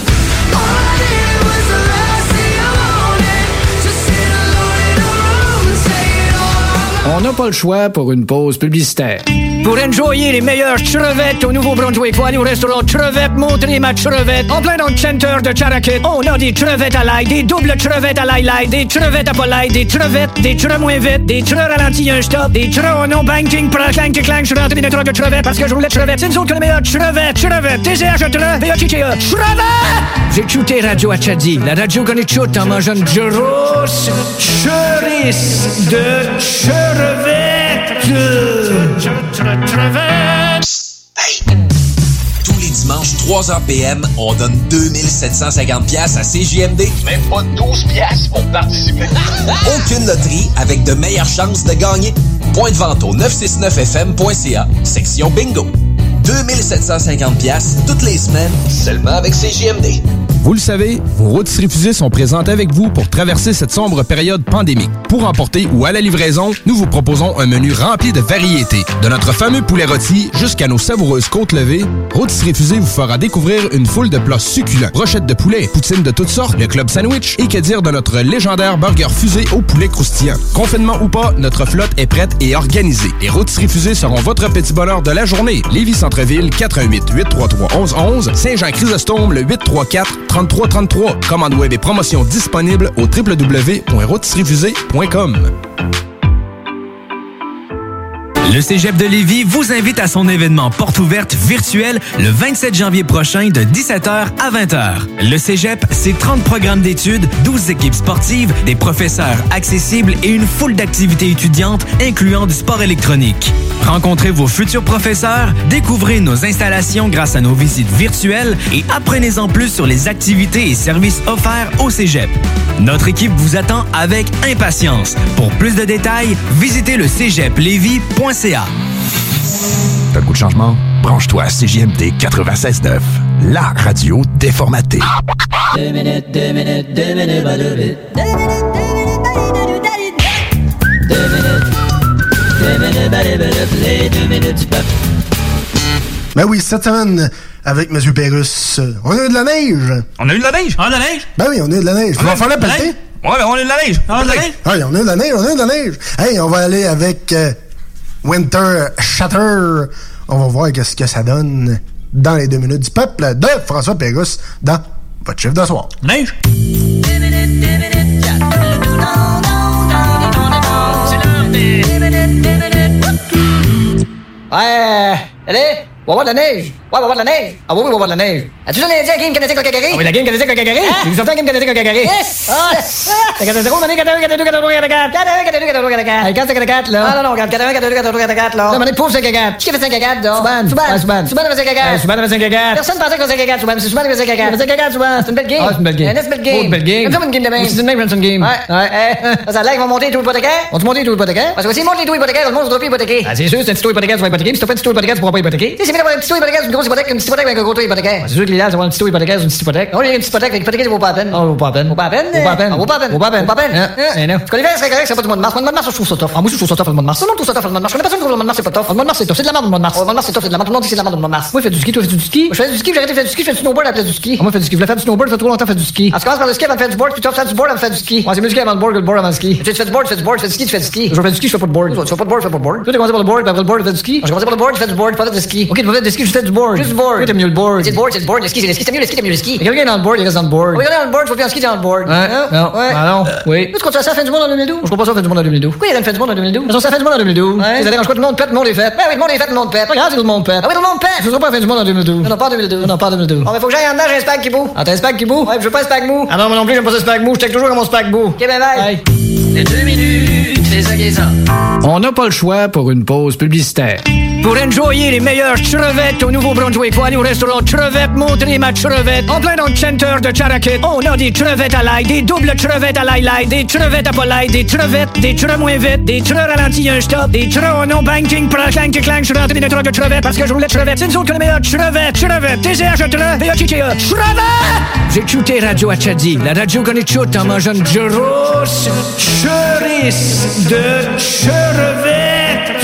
On n'a pas le choix pour une pause publicitaire. Pour enjoyer les meilleures crevettes au Nouveau-Brunswick, faut aller au restaurant Crevette, montrer ma crevette. En plein dans le center de Charakit, on a des crevettes à l'ail, des doubles crevettes à l'ail-l'ail, des crevettes à pas l'ail, des crevettes, des creux moins vite, des creux ralentis un stop, des creux en non banking, pra clang, clang, je suis rentré dans une truc de crevettes parce que je voulais crevettes. C'est nous autres que les meilleures crevettes, crevettes, T C H E T R E V A T T E, crevettes! J'ai écouté Radio Achadi, la radio qu'on écoute en mangeant une grosse cherice de crevettes. Hey! Tous les dimanches, trois heures P M, on donne deux mille sept cent cinquante dollars à C J M D. Même pas douze piastres pour participer. Aucune loterie avec de meilleures chances de gagner. Point de vente au neuf cent soixante-neuf F M point C A, section bingo. deux mille sept cent cinquante dollars toutes les semaines, seulement avec C J M D. Vous le savez, vos rôtisseries fusées sont présentes avec vous pour traverser cette sombre période pandémique. Pour emporter ou à la livraison, nous vous proposons un menu rempli de variétés. De notre fameux poulet rôti jusqu'à nos savoureuses côtes levées, Rôtisserie Fusée vous fera découvrir une foule de plats succulents. Brochettes de poulet, poutines de toutes sortes, le club sandwich et que dire de notre légendaire burger fusée au poulet croustillant. Confinement ou pas, notre flotte est prête et organisée. Les Rôtisseries Fusées seront votre petit bonheur de la journée. Lévis Centre-Ville, quatre un huit, huit trois trois, un un un un. Saint-Jean-Chrysostome, le huit trois quatre, trente-trois trente-trois. Commande web et promotion disponible au w w w point rôtisserie fusée point com. Le Cégep de Lévis vous invite à son événement porte ouverte virtuel le vingt-sept janvier prochain de dix-sept heures à vingt heures. Le Cégep, c'est trente programmes d'études, douze équipes sportives, des professeurs accessibles et une foule d'activités étudiantes incluant du sport électronique. Rencontrez vos futurs professeurs, découvrez nos installations grâce à nos visites virtuelles et apprenez-en plus sur les activités et services offerts au Cégep. Notre équipe vous attend avec impatience. Pour plus de détails, visitez le cégep lévis point c a. T'as le goût de changement? Branche-toi à C J M D quatre-vingt-seize neuf, la radio déformatée. Deux minutes, deux minutes, deux minutes, deux minutes, deux minutes, deux minutes, les deux minutes du peuple. Ben oui, cette semaine, avec M. Pérusse, on a eu de la neige. On a eu de la neige? On a de la neige? Ben oui, on a eu de la neige. Il va falloir pelleter. Ouais, ben on a eu de la neige. On a eu de la neige? Oui, on a eu de la neige, on a eu de la neige. Hey, on va aller avec euh, Winter Shatter. On va voir qu'est-ce que ça donne dans les deux minutes du peuple de François Pérusse dans votre chiffre de soir. Neige? Ouais, allez, on va voir de la neige. Ouais, on va voir de la neige. Ah oui, oui, on va voir de la neige. As-tu déjà dit à Game Canadien Calgary? Ah oui, la game canadienne Calgary. J'ai sorti la game canadienne Calgary. Yes! Ah! quatre zéro, quatre deux, quatre deux, quatre deux, quatre quatre. quatre un, quatre deux, quatre deux, quatre quatre. quatre cinq quatre, là. Ah non, non, regarde, quatre un, quatre deux, quatre deux, quatre quatre, là. Non, mais pauvre cinq quatre. Qui a fait cinq quatre, là? Souban. Souban. Ouais, Souban. Souban a fait cinq quatre. Souban a fait cinq quatre. Personne pensait qu'on faisait cinq quatre, Souban. C'est Souban qui a fait cinq quatre. cinq quatre, Souban. C'est une belle game. Ah, c'est une belle game. C'est une belle game. Oh, une belle game. Comme une game de même. C'est une même, c'est une game. Ouais. Ouais. Ça a l'air qu'ils vont monter tout hypothécaire. On te monte tout hypothécaire? Parce que s'ils montent les taux hypothécaires, le monde ne doit plus hypothéquer. Ah, c'est sûr, c'est un petit taux hypothécaire, tu vas hypothéquer. Si t'as pas un petit taux hypothécaire, tu pourras pas hypothéquer. Tu sais, c'est mieux d'avoir un petit taux hypothécaire, une grosse hypothèque, une petite hypothèque avec un gros taux hypothécaire. C'est sûr que l'idéal, c'est avoir un petit taux hypothécaire, c'est une petite hypothèque. Non, il y a une petite hypothèque, avec hypothéquer, ça vaut pas la peine. Oh, vaut pas la peine. Vaut pas la peine. Vaut pas la peine. Vaut pas la peine. Vaut pas la peine. Vaut pas la peine. Eh non. Parce que l'hiver serait correct, c'est pas du mois de mars. Le mois de mars, je trouve ça tough. Ah, moi, je trouve ça tough le mois de mars. Tout le monde trouve ça tough le mois de mars. Je connais personne qui trouve le mois de mars, c'est pas tough. Le mois de mars, c'est tough. C'est de la merde, le mois de mars. Le mois de mars, c'est tough, c'est de la merde. Tout le monde dit que c'est de la merde le mois de mars. Moi, je fais du ski, toi, fais du ski. Je fais du ski, j'ai arrêté de faire du ski, je fais du snowboard à la place du ski. Moi, je fais du ski. Je voulais faire du snowboard, ça fait trop longtemps, faire du ski. Ah, tu commences par le ski avant de faire du board, puis tu fais du board avant de faire du ski. Moi, c'est mieux du ski avant le board que le board avant le ski. Tu fais du board, tu fais du board, tu fais du ski, tu fais du ski. Je fais du ski, je fais pas de board. Tu fais pas de board, tu fais pas de board. Toi, t'as commencé par le board, puis après le board, tu fais du ski. J'ai commencé par le board, tu fais du board, tu fais du ski. Ok, tu vas faire du ski, je fais du board. Juste du board. Oui, t'aimes mieux le board. C'est le board, c'est le board, le ski, c'est le ski, c'est mieux le ski, t'aimes mieux le ski. Et quelqu'un dans le board, il reste dans le board. Oui, dans le board, tu vas faire un ski dans le board. Ouais, non, ouais. Ah non, oui. Tu continues à faire fin du monde en deux mille douze? Je comprends pas ça, fait du monde en deux mille douze. Pourquoi il y a une fin du monde en deux mille douze? Parce qu'on s'est fait du monde en deux mille douze. Ouais. Ça dérange quoi, tout le monde pète, tout le monde est fait. Ouais, oui, le monde est fait, le monde pète. Pas grave, c'est tout le monde pète. Ah oui, tout le monde pète. Je ne pas la fin du monde en deux mille douze. Non, non, pas en deux mille douze. Non, pas en deux mille douze. Bon, mais faut que j'aille en dedans, j'ai un spag qui boue. Ah, t'as un spag qui boue? Ouais, je veux pas un spag mou. Ah non, moi non plus, j'aime pas ce spag mou, je check toujours comme mon spag boue. Ok, ben bye. Bye. Les deux minutes c'est ça qui est ça. On n'a pas le choix pour une pause publicitaire. Pour enjoyer les meilleures crevettes au Nouveau-Brunswick, faut aller au restaurant Crevette, montrer ma crevette. En plein dans le center de Charakit, on a des crevettes à l'ail, des doubles crevettes à l'ail l'ail, des crevettes à pas l'ail, des crevettes, des creux moins vite, des creux ralentis un stop, des creux au non banking, clank clank, je suis rentré dans une truck de crevettes parce que je voulais crevettes. C'est nous autres qui les meilleures crevettes, crevettes, T C H E T R E, V A T T E, crevettes! J'ai écouté Radio Achadi, la radio qu'on écoute en mangeant une grosse chorice de crevettes.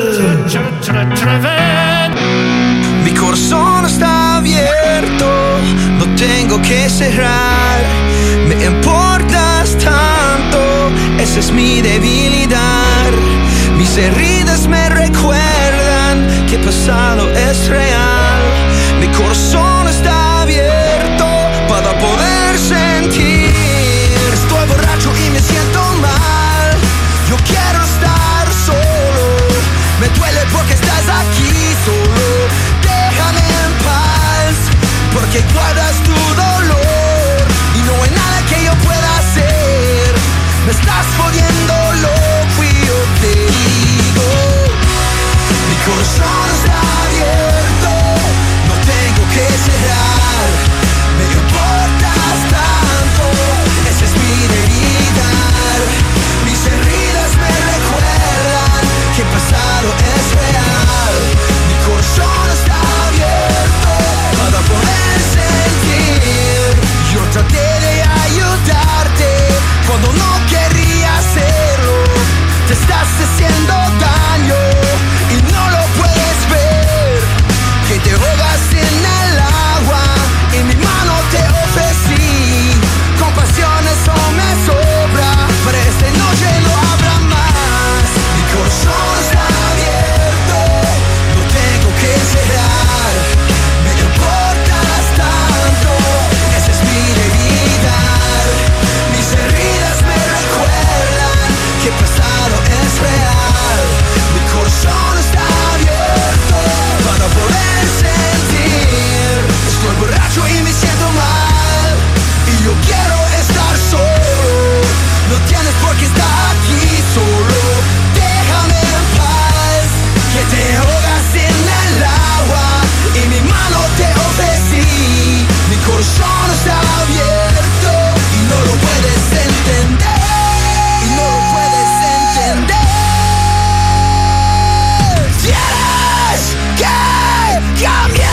Mi corazón está abierto, no tengo que cerrar. Me importas tanto, esa es mi debilidad. Mis heridas me recuerdan que el pasado es real. Mi corazón está abierto para poder sentir. Estoy borracho y me siento mal. Yo quiero estar solo. Me duele porque estás aquí solo. Déjame en paz, porque guardas tu dolor y no hay nada que yo pueda hacer. Me estás poniendo loco y yo te digo, mi corazón está abierto, no tengo que cerrar. Me importas tanto, esa es mi debilidad. Mis heridas me recuerdan que el pasado es real. Mi corazón está abierto para poder sentir. Yo traté de ayudarte cuando no quería hacerlo. Te estás haciendo daño y no lo puedes ver. Que te ahogas en el agua y mi mano te ofrecí. Compasión eso me sobra, pero esta noche no habrá más. Mi corazón está abierto, no tengo que cerrar. Me importas tanto, esa es mi debilidad. Mis heridas me recuerdan que el pasado es real. Mi corazón está abierto para poder sentir. Estoy borracho y me siento mal y yo quiero estar solo. No tienes por qué estar aquí solo. Déjame en paz, que te ahogas en el agua y mi mano te ofrecí. Mi corazón está abierto y no lo puedes entender. Y no lo puedes entender. Tienes que cambiar.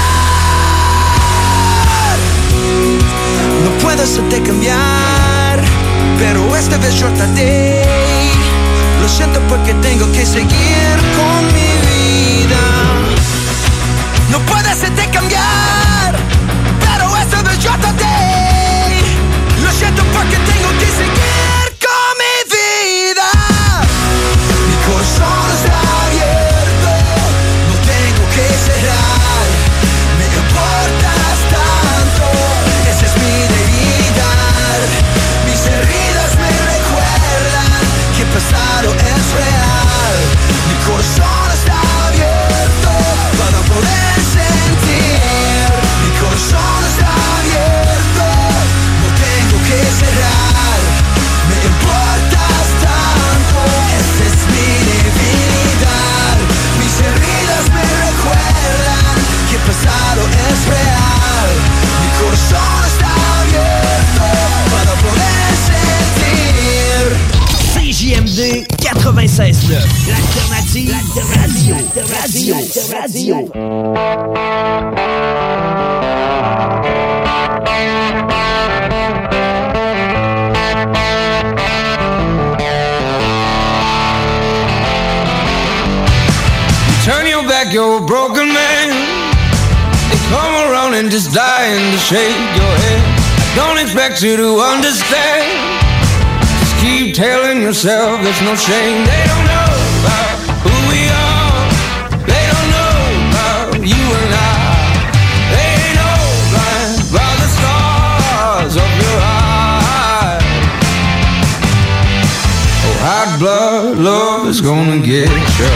No puedo hacerte cambiar, pero esta vez yo traté. Lo siento porque tengo que seguir con mi vida. No puedo hacerte cambiar, pero esta vez yo traté. Lo siento porque tengo que seguir con mi vida. Mi corazón está abierto, no tengo que cerrar. Me importas tanto, esa es mi debilidad. Mis heridas me recuerdan que el pasado es real. Mi corazón está abierto para poder sentir. Mi corazón está abierto, no tengo que cerrar. Me importas tanto, esa es mi debilidad. Mis heridas me recuerdan que el pasado es real. Mi corazón está abierto para poder sentir. C J M D quatre-vingt-seize neuf, l'alternative radio, radio, radio. Turn your back, you're a broken man. They come around and just dying to shake your head. I don't expect you to understand. Just keep telling yourself there's no shame. They don't know about who we are. They don't know about you and I. They ain't know blind by the stars of your eyes. Oh, hot blood love is gonna get you.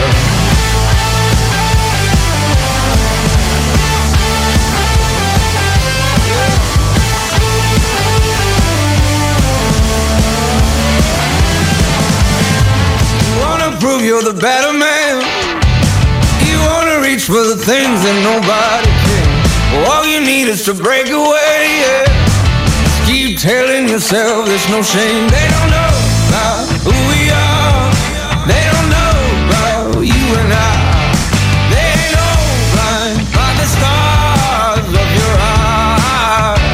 prove you're the better man. You wanna reach for the things that nobody can. All you need is to break away, yeah. Just keep telling yourself there's no shame. They don't know about who we are. They don't know about you and I. They ain't all blind by the stars of your eyes.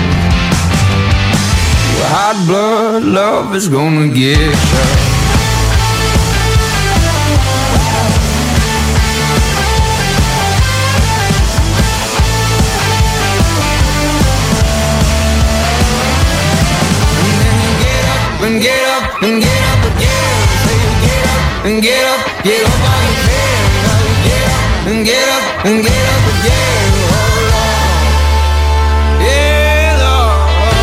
Well, hot blood love is gonna get you. And get up, and get up again. Say get up, and get up, get up on your feet. Get up, and get up, and get up again. Oh Lord, yeah Lord.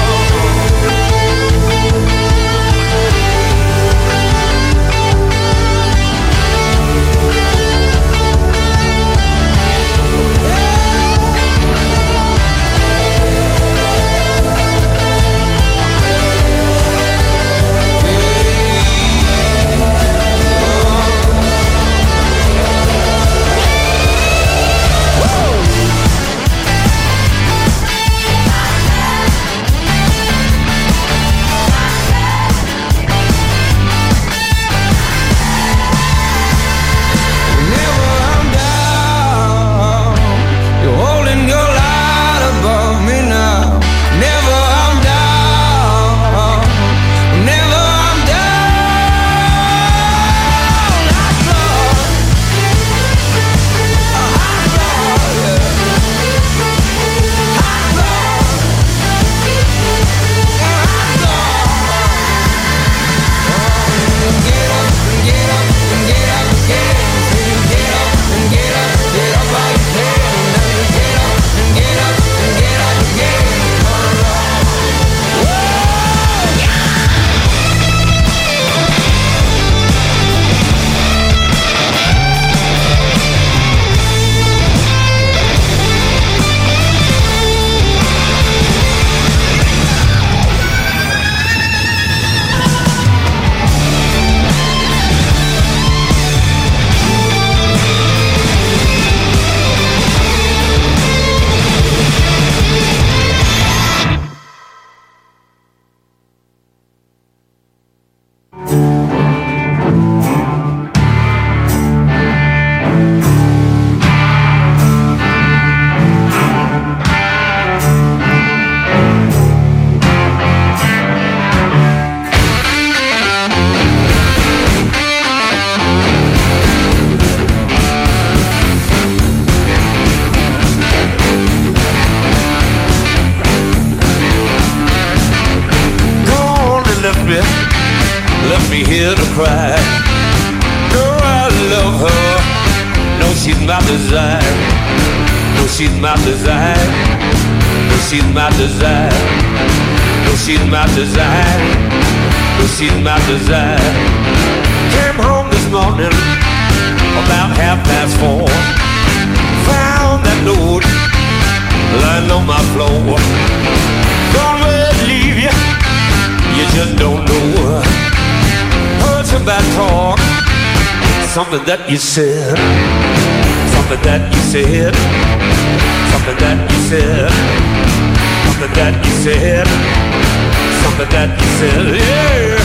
Something that you said, something that you said, something that you said, something that you said, something that you said, yeah.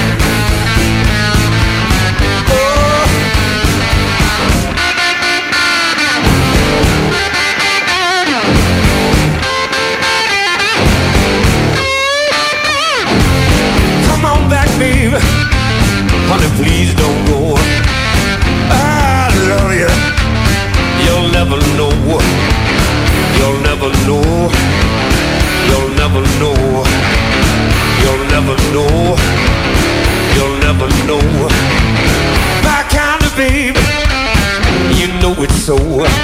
Oh. Come on back, baby, honey, please don't go. I love you. You'll never know. You'll never know. You'll never know. You'll never know. You'll never know. My kind of baby, you know it's so.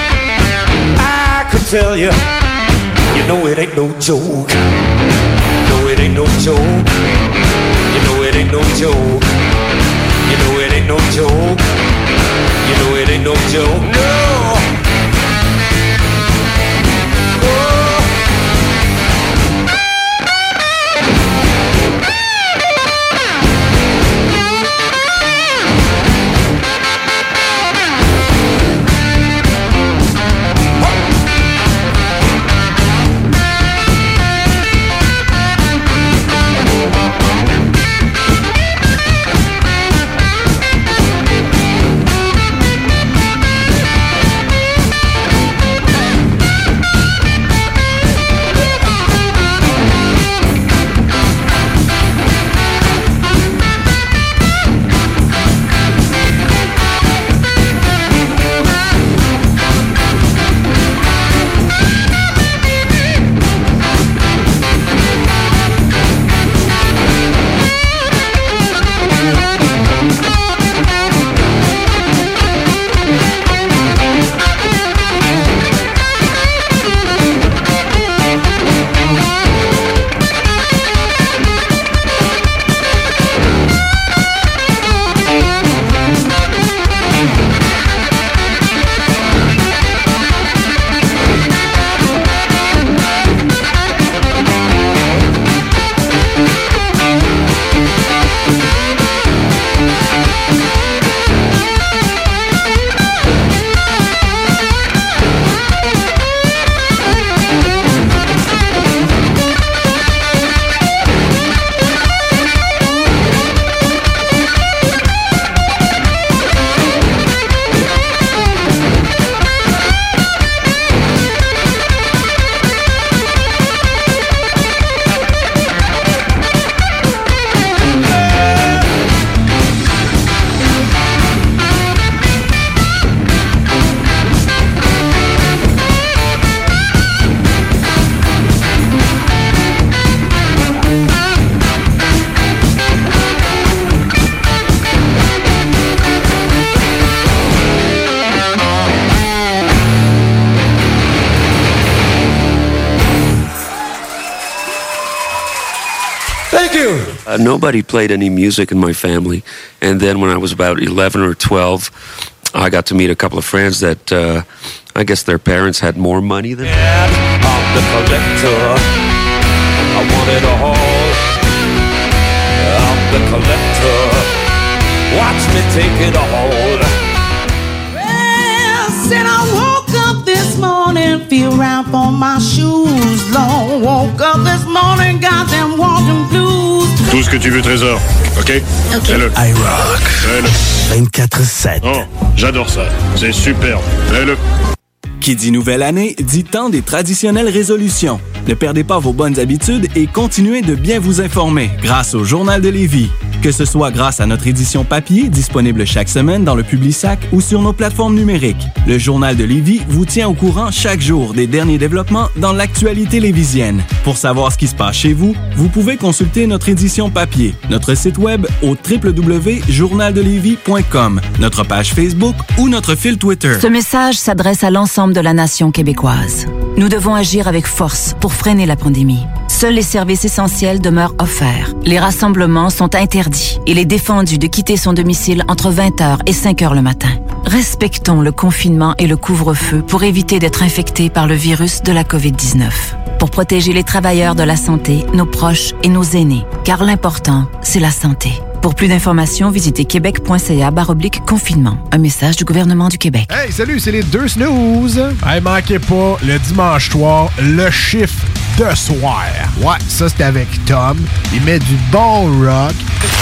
I could tell you, you know it ain't no joke. No, it ain't no joke. You know it ain't no joke. You know it ain't no joke. You know it ain't no joke, no. Oh. Uh, nobody played any music in my family. And then when I was about eleven or twelve, I got to meet a couple of friends that uh, I guess their parents had more money than me. I'm the collector. I want it all. I'm the collector. Watch me take it all. Well, said I woke up this morning, feel right for my shoes. Long woke up this morning, got them walking blues. Tout ce que tu veux, Trésor. OK? OK. Fais-le. iRock. Fais-le. vingt-quatre sept. Oh, j'adore ça. C'est superbe. Fais-le. Qui dit nouvelle année, dit temps des traditionnelles résolutions. Ne perdez pas vos bonnes habitudes et continuez de bien vous informer grâce au Journal de Lévis. Que ce soit grâce à notre édition papier, disponible chaque semaine dans le Publisac ou sur nos plateformes numériques. Le Journal de Lévis vous tient au courant chaque jour des derniers développements dans l'actualité lévisienne. Pour savoir ce qui se passe chez vous, vous pouvez consulter notre édition papier, notre site web au w w w point journal de lévis point com, notre page Facebook ou notre fil Twitter. Ce message s'adresse à l'ensemble de la nation québécoise. Nous devons agir avec force pour freiner la pandémie. Seuls les services essentiels demeurent offerts. Les rassemblements sont interdits. Il est défendu de quitter son domicile entre vingt heures et cinq heures le matin. Respectons le confinement et le couvre-feu pour éviter d'être infectés par le virus de la covid dix-neuf. Pour protéger les travailleurs de la santé, nos proches et nos aînés. Car l'important, c'est la santé. Pour plus d'informations, visitez québec.ca barre oblique confinement. Un message du gouvernement du Québec. Hey, salut, c'est les deux snooze. Hey, manquez pas, le dimanche soir, le chiffre de soir. Ouais, ça, c'est avec Tom. Il met du bon rock.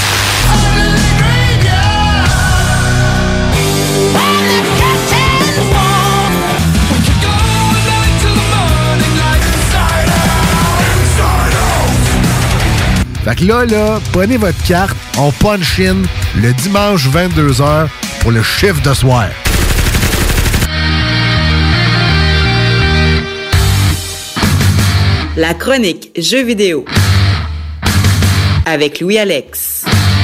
Fait que là, là, prenez votre carte, on punch in le dimanche vingt-deux heures pour le chiffre de soir. La chronique Jeux vidéo avec Louis-Alex.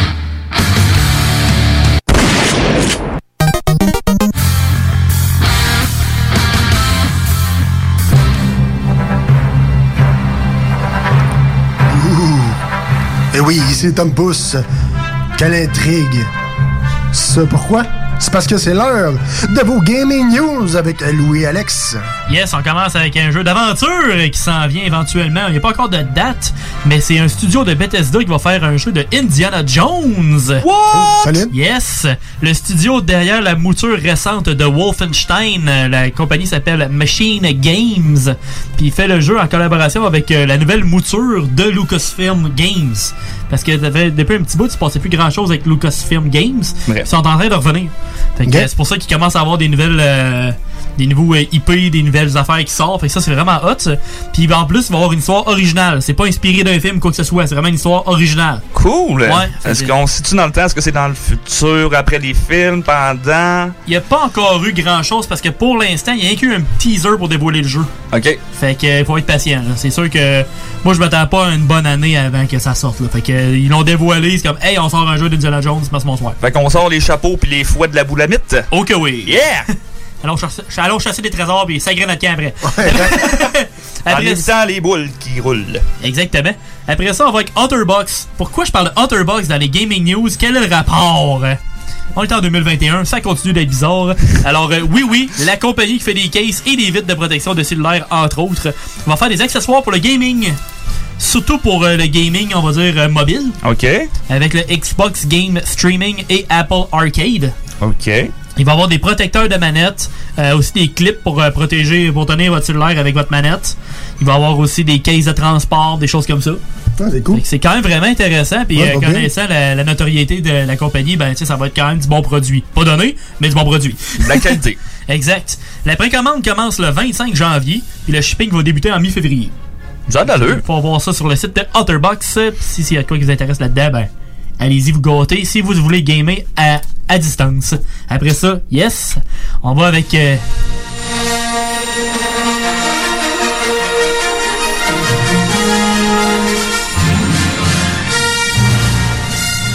Et oui, ici Tom Pouce. Quelle intrigue. Ça, pourquoi? C'est parce que c'est l'heure de vos Gaming News avec Louis-Alex. Yes, on commence avec un jeu d'aventure qui s'en vient éventuellement. Il n'y a pas encore de date, mais c'est un studio de Bethesda qui va faire un jeu de Indiana Jones. What? Solide. Yes! Le studio derrière la mouture récente de Wolfenstein. La compagnie s'appelle Machine Games. Puis il fait le jeu en collaboration avec la nouvelle mouture de Lucasfilm Games. Parce que depuis un petit bout, il se passait plus grand chose avec Lucasfilm Games. Bref. Ils sont en train de revenir. Fait que okay. C'est pour ça qu'ils commencent à avoir des nouvelles euh, des nouveaux euh, I P, des nouvelles affaires qui sortent. Fait que ça, c'est vraiment hot. Puis en plus, il va y avoir une histoire originale. C'est pas inspiré d'un film ou quoi que ce soit. C'est vraiment une histoire originale. Cool! Ouais. Est-ce qu'on se situe dans le temps? Est-ce que c'est dans le futur, après les films, pendant? Il n'y a pas encore eu grand-chose parce que pour l'instant, il y a eu un teaser pour dévoiler le jeu. OK. Fait que faut être patient. Là. C'est sûr que moi, je m'attends pas à une bonne année avant que ça sorte. Là. Fait que euh, ils l'ont dévoilé. C'est comme, hey, on sort un jeu d'Indiana Jones, c'est pas ce soir. Fait qu'on sort les chapeaux puis les fouets de la boulamite. Ok, oui. Yeah! allons, chasser, allons chasser des trésors et sagrer notre camp après. En évitant les boules qui roulent. Exactement. Après ça, on va avec Otterbox. Pourquoi je parle de Otterbox dans les Gaming News? Quel est le rapport? On est en deux mille vingt et un, ça continue d'être bizarre. Alors, euh, oui, oui, la compagnie qui fait des cases et des vitres de protection de cellulaire, entre autres, va faire des accessoires pour le gaming. Surtout pour euh, le gaming, on va dire, euh, mobile. OK. Avec le Xbox Game Streaming et Apple Arcade. OK. Il va y avoir des protecteurs de manette, euh, aussi des clips pour euh, protéger, pour tenir votre cellulaire avec votre manette. Il va y avoir aussi des cases de transport, des choses comme ça. Ah, c'est cool. C'est quand même vraiment intéressant. Puis ouais, euh, connaissant la, la notoriété de la compagnie, ben, ça va être quand même du bon produit. Pas donné, mais du bon produit. La qualité. Exact. La précommande commence le vingt-cinq janvier, puis le shipping va débuter en mi-février. Ça a de l'allure. Il faut voir ça sur le site de Otterbox. Si s'il y a de quoi qui vous intéresse là-dedans, ben, allez-y vous gâter si vous voulez gamer à, à distance. Après ça, yes, on va avec... Euh,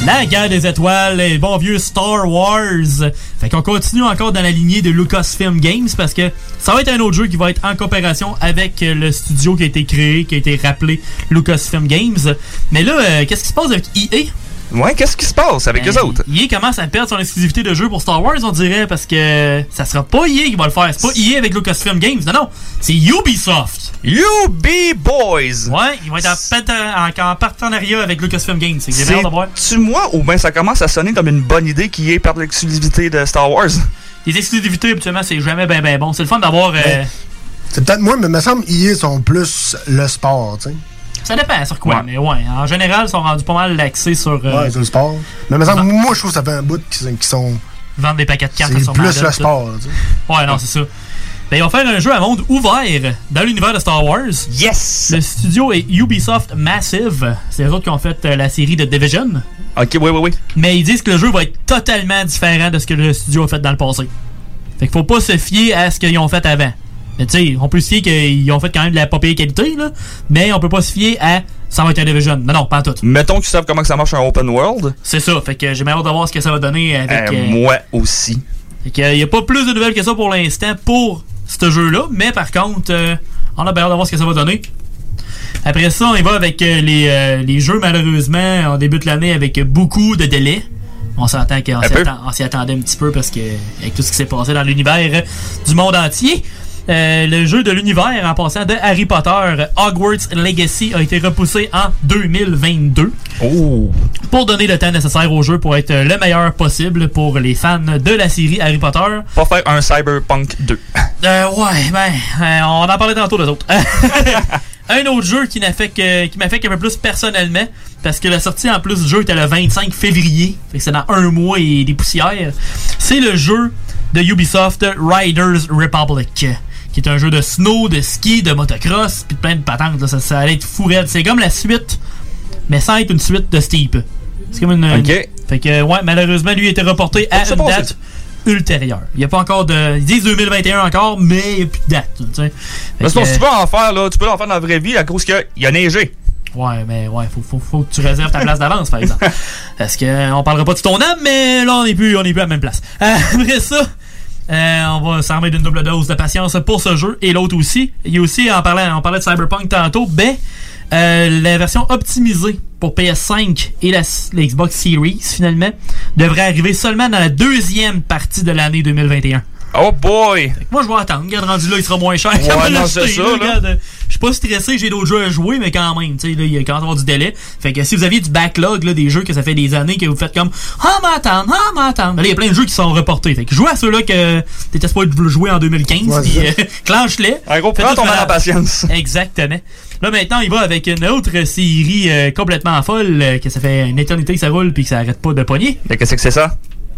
La guerre des étoiles, les bons vieux Star Wars. Fait qu'on continue encore dans la lignée de Lucasfilm Games parce que ça va être un autre jeu qui va être en coopération avec le studio qui a été créé, qui a été rappelé Lucasfilm Games. Mais là, euh, qu'est-ce qui se passe avec E A? Ouais, qu'est-ce qui se passe avec ben, eux autres? E A commence à perdre son exclusivité de jeu pour Star Wars, on dirait, parce que ça sera pas E A qui va le faire. C'est pas E A avec Lucasfilm Games, non, non. C'est Ubisoft. Ubi-Boys! Ouais, ils vont être en, en, en partenariat avec Lucasfilm Games. C'est que j'ai hâte de voir. Tu moi ou bien ça commence à sonner comme une bonne idée qui est perdre l'exclusivité de Star Wars? Les exclusivités, habituellement, c'est jamais ben ben bon. C'est le fun d'avoir... Ben, euh... C'est peut-être moi, mais il me semble E A sont plus le sport, tu sais. Ça dépend sur quoi, ouais. Mais ouais, en général, ils sont rendus pas mal axés sur... Euh, ouais, sur le sport. Mais il me semble, moi, je trouve que ça fait un bout qu'ils sont... Vendre des paquets de cartes. C'est plus le sport, tu sais. Ouais, non, c'est ça. Ben, ils vont faire un jeu à monde ouvert dans l'univers de Star Wars. Yes! Le studio est Ubisoft Massive. C'est eux autres qui ont fait euh, la série de Division. Ok, oui, oui, oui. Mais ils disent que le jeu va être totalement différent de ce que le studio a fait dans le passé. Fait qu'il faut pas se fier à ce qu'ils ont fait avant. Mais tu sais, on peut se fier qu'ils ont fait quand même de la pas pire qualité, là. Mais on peut pas se fier à ça va être un Division. Non, non, pas tout. Mettons qu'ils savent comment que ça marche un open world. C'est ça. Fait que j'ai hâte de voir ce que ça va donner avec. Euh, euh, moi aussi. Fait que y a pas plus de nouvelles que ça pour l'instant pour ce jeu-là. Mais par contre, euh, on a bien hâte de voir ce que ça va donner. Après ça, on y va avec euh, les, euh, les jeux, malheureusement. On débute l'année avec beaucoup de délais. On s'entend qu'on s'y, attend, on s'y attendait un petit peu parce que avec tout ce qui s'est passé dans l'univers du monde entier. Euh, le jeu de l'univers en passant de Harry Potter Hogwarts Legacy a été repoussé en deux mille vingt-deux. Oh. Pour donner le temps nécessaire au jeu pour être le meilleur possible pour les fans de la série Harry Potter. Pas faire un Cyberpunk deux. Euh, ouais, ben, euh, on en parlait tantôt, les autres. Un autre jeu qui m'affecte qui m'affecte un peu plus personnellement, parce que la sortie en plus du jeu était le vingt-cinq février, fait que c'est dans un mois et des poussières. C'est le jeu de Ubisoft Riders Republic, qui est un jeu de snow, de ski, de motocross, puis de plein de patentes. Là. Ça, ça allait être fou raide. C'est comme la suite, mais sans être une suite de Steep. C'est comme une... OK. Une, fait que, ouais, malheureusement, lui a été reporté à une date ultérieure. Il n'y a pas encore de... Ils disent deux mille vingt et un encore, mais il n'y a plus de date. Mais sinon, si tu peux en faire, là, tu peux en faire dans la vraie vie à cause qu'il y a neigé. Ouais, mais ouais, faut, faut, faut que tu réserves ta place d'avance, par exemple. Parce que on parlera pas de ton âme, mais là, on n'est plus, on est plus à la même place. Euh, après ça... Euh, on va s'armer d'une double dose de patience pour ce jeu et l'autre aussi. Il y a aussi, en parlant, on parlait de Cyberpunk tantôt, ben, euh, la version optimisée pour P S cinq et la, la Xbox Series, finalement, devrait arriver seulement dans la deuxième partie de l'année deux mille vingt et un. Oh boy! Moi, je vais attendre. Regarde, rendu là, il sera moins cher. Ouais, non, c'est ça, là. Regarde, je suis pas stressé, j'ai d'autres jeux à jouer, mais quand même, tu sais, là, il y a quand même du délai. Fait que si vous aviez du backlog, là, des jeux que ça fait des années que vous faites comme, ah, m'attendre, ah, m'attendre. Là, il y a plein de jeux qui sont reportés. Fait que jouez à ceux-là que t'étais pas de jouer en deux mille quinze, ouais, pis, euh, clenche-les. Un gros, prends ton mal en patience. Exactement. Là, maintenant, il va avec une autre série euh, complètement folle, euh, que ça fait une éternité que ça roule pis que ça arrête pas de pogner. Mais qu'est-ce que c'est ça?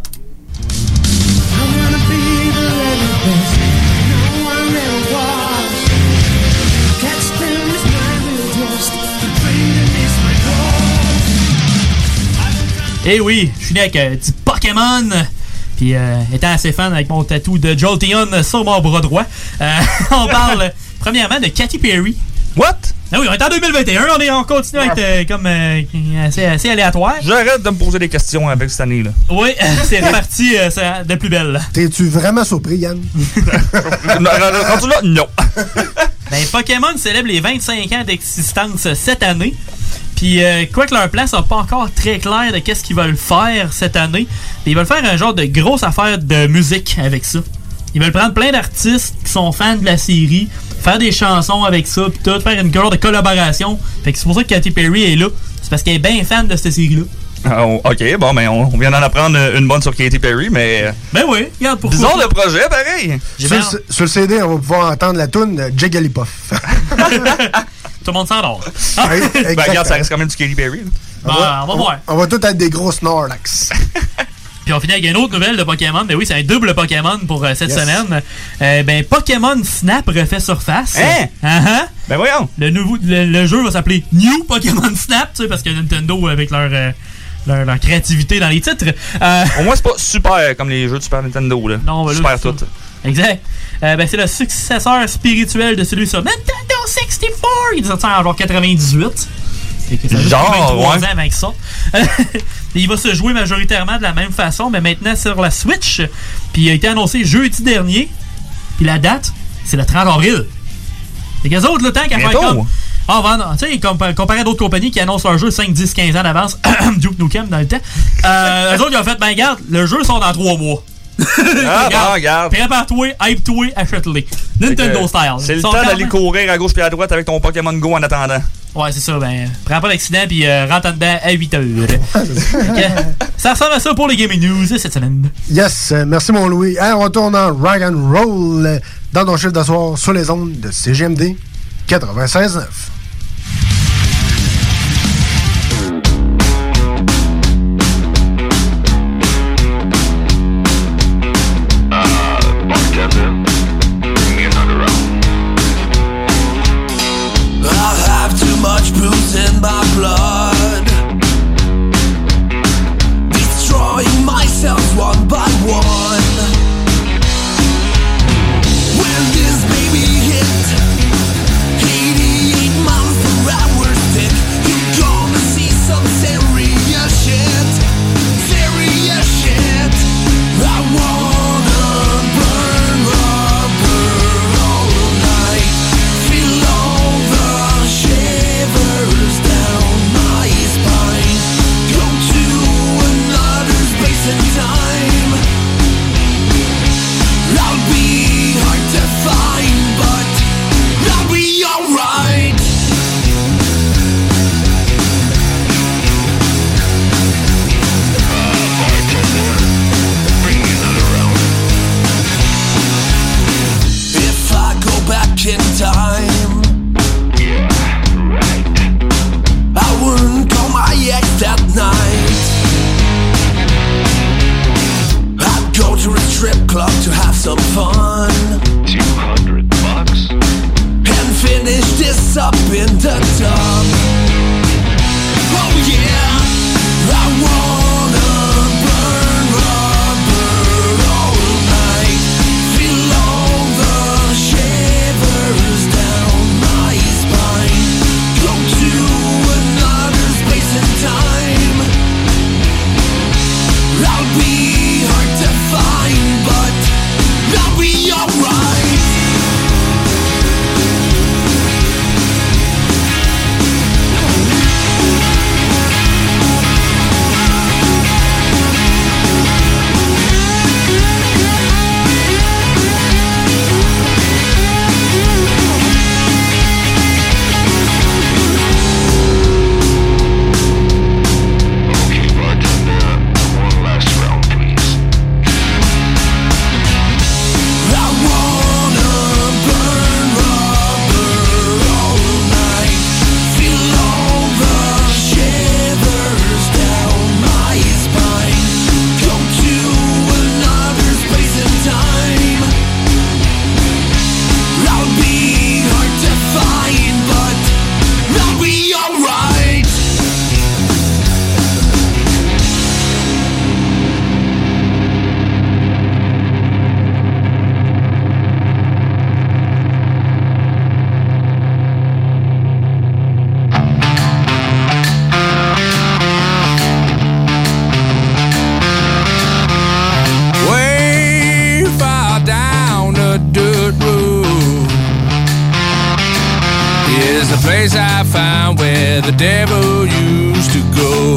Eh oui, je suis né avec euh, du Pokémon. Puis, euh, étant assez fan avec mon tatou de Jolteon sur mon bras droit, euh, on parle premièrement de Katy Perry. What? Ah oui, on est en deux mille vingt et un, on, est, on continue à être euh, comme euh, assez, assez aléatoire. J'arrête de me poser des questions avec cette année-là. Oui, c'est reparti euh, de plus belle. T'es-tu vraiment surpris, Yann? Rendu là, non. Ben, Pokémon célèbre les vingt-cinq ans d'existence cette année. Puis, euh, quoi que leur plan soit pas encore très clair de qu'est-ce qu'ils veulent faire cette année, ils veulent faire un genre de grosse affaire de musique avec ça. Ils veulent prendre plein d'artistes qui sont fans de la série, faire des chansons avec ça, puis tout, faire une genre de collaboration. Fait que c'est pour ça que Katy Perry est là. C'est parce qu'elle est bien fan de cette série-là. Oh, ok, bon, ben, on, on vient d'en apprendre une bonne sur Katy Perry, mais. Ben oui, regarde pourquoi. Disons le projet, pareil. Sur, sur le C D, on va pouvoir entendre la toune de Jigglypuff. Tout le monde s'endort. Ah. Ben, regarde, ça reste quand même du Katy Perry. Ben, on va, on va voir. On va tous être des gros Snorlax. Puis on finit avec une autre nouvelle de Pokémon. Ben oui, c'est un double Pokémon pour euh, cette yes. semaine. Euh, ben, Pokémon Snap refait surface. Hein? Uh-huh. Ben voyons. Le, nouveau, le, le jeu va s'appeler New Pokémon Snap, tu sais, parce que Nintendo, avec leur, euh, leur, leur créativité dans les titres. Euh, Au moins, c'est pas super comme les jeux de Super Nintendo, là. Non, ben, super là, tout. Exact. Euh, ben, c'est le successeur spirituel de celui sur Nintendo soixante-quatre. Il est sorti en genre quatre-vingt-dix-huit. Fait que ça a genre, vingt-trois ouais. ans avec ça. Il va se jouer majoritairement de la même façon, mais maintenant sur la Switch. Puis il a été annoncé jeudi dernier. Puis la date, c'est le trente avril. Et qu'eux autres, le temps qu'à faire comme... Ah, oh, tu sais, comparé à d'autres compagnies qui annoncent leur jeu cinq, dix, quinze ans d'avance, Duke Nukem dans le temps, euh, eux autres, ils ont fait, ben, regarde, le jeu sort dans trois mois. Ah, bon, regarde. Prépare-toi, hype-toi, achète-les. Nintendo style. C'est le temps d'aller courir à gauche et à droite avec ton Pokémon Go en attendant. Ouais, c'est ça. Ben, prends pas l'accident puis euh, rentre en dedans à huit heures. Okay. Ça ressemble à ça pour les Gaming News cette semaine. Yes, euh, merci mon Louis. Hey, on retourne en rock and roll euh, dans ton chiffre d'asseoir sur les ondes de C G M D quatre-vingt-seize neuf. In my blood, destroying myself one by one. When this baby hit eighty-eight miles per hour stick, you gonna see some serious shit, serious shit. I wanna burn rubber all night, feel all the shivers down my spine, go to another space and time. I'll be hard to find, but I'll be alright. If I go back in time, I wouldn't call my ex that night. I'd go to a strip club to have some fun, two hundred bucks, and finish this up in the tub. Oh yeah, I wanna burn rubber all night, feel all the shivers down my spine, go to another space and time. I'll be hard to find, but I'll be alright. Way far down the dirt road is the place I found where the devil used to go.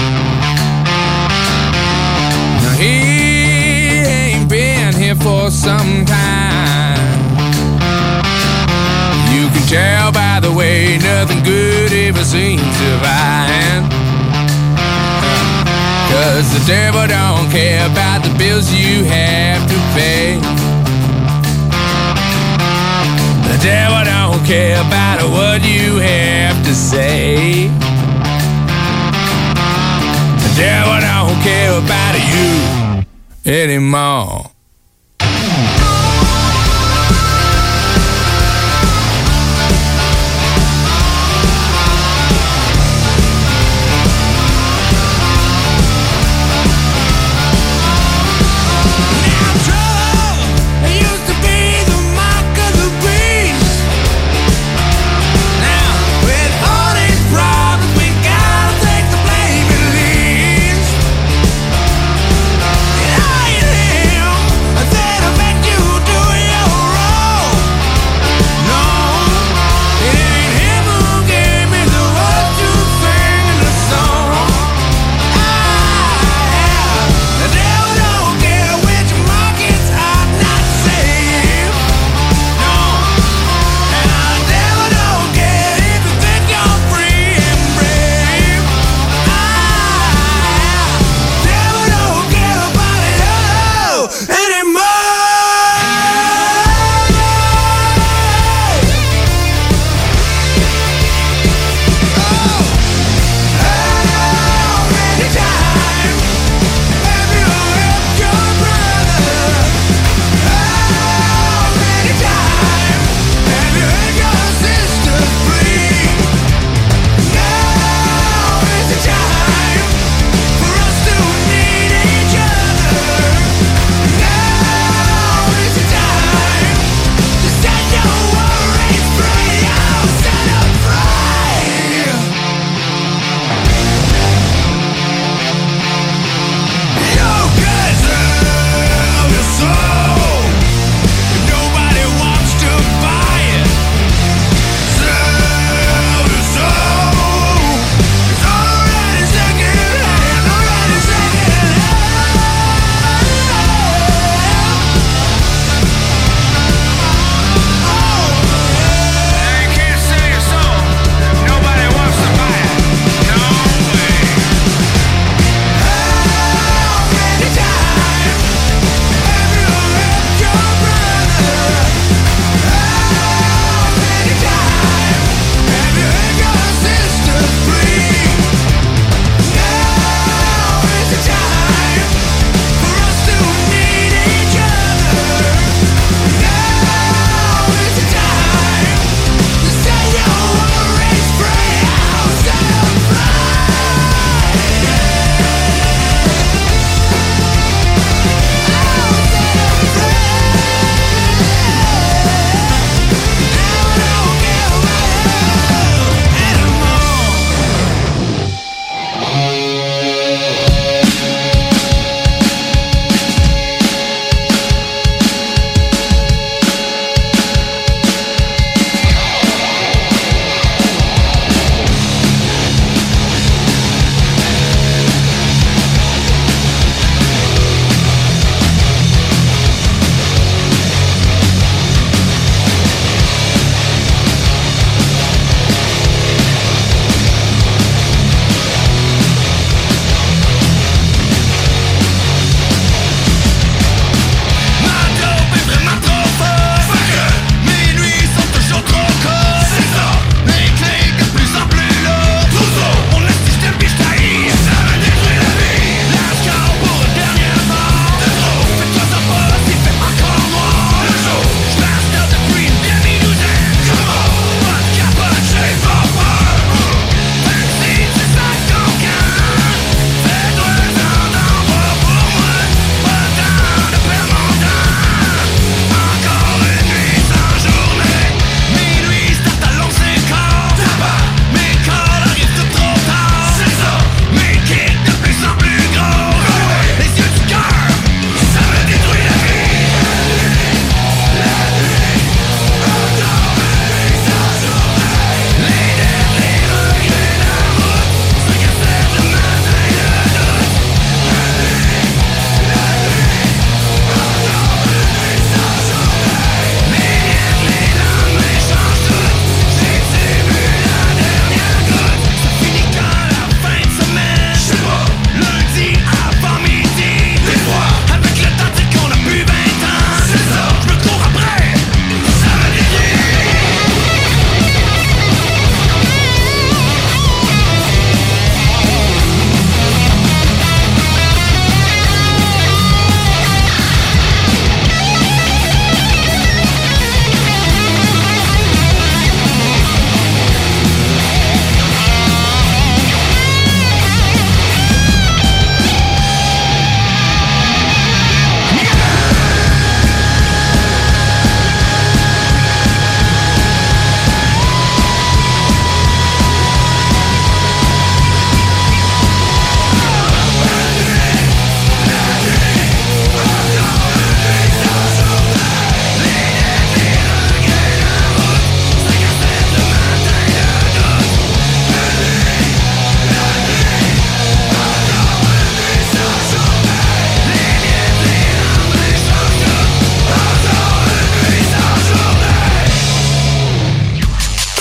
Now he ain't been here for some time. You can tell by the way nothing good ever seems to find. Cause the devil don't care about the bills you have to pay. The devil don't care about what you have to say. The devil don't care about you anymore. With all these problems, we gotta take the blame and leave.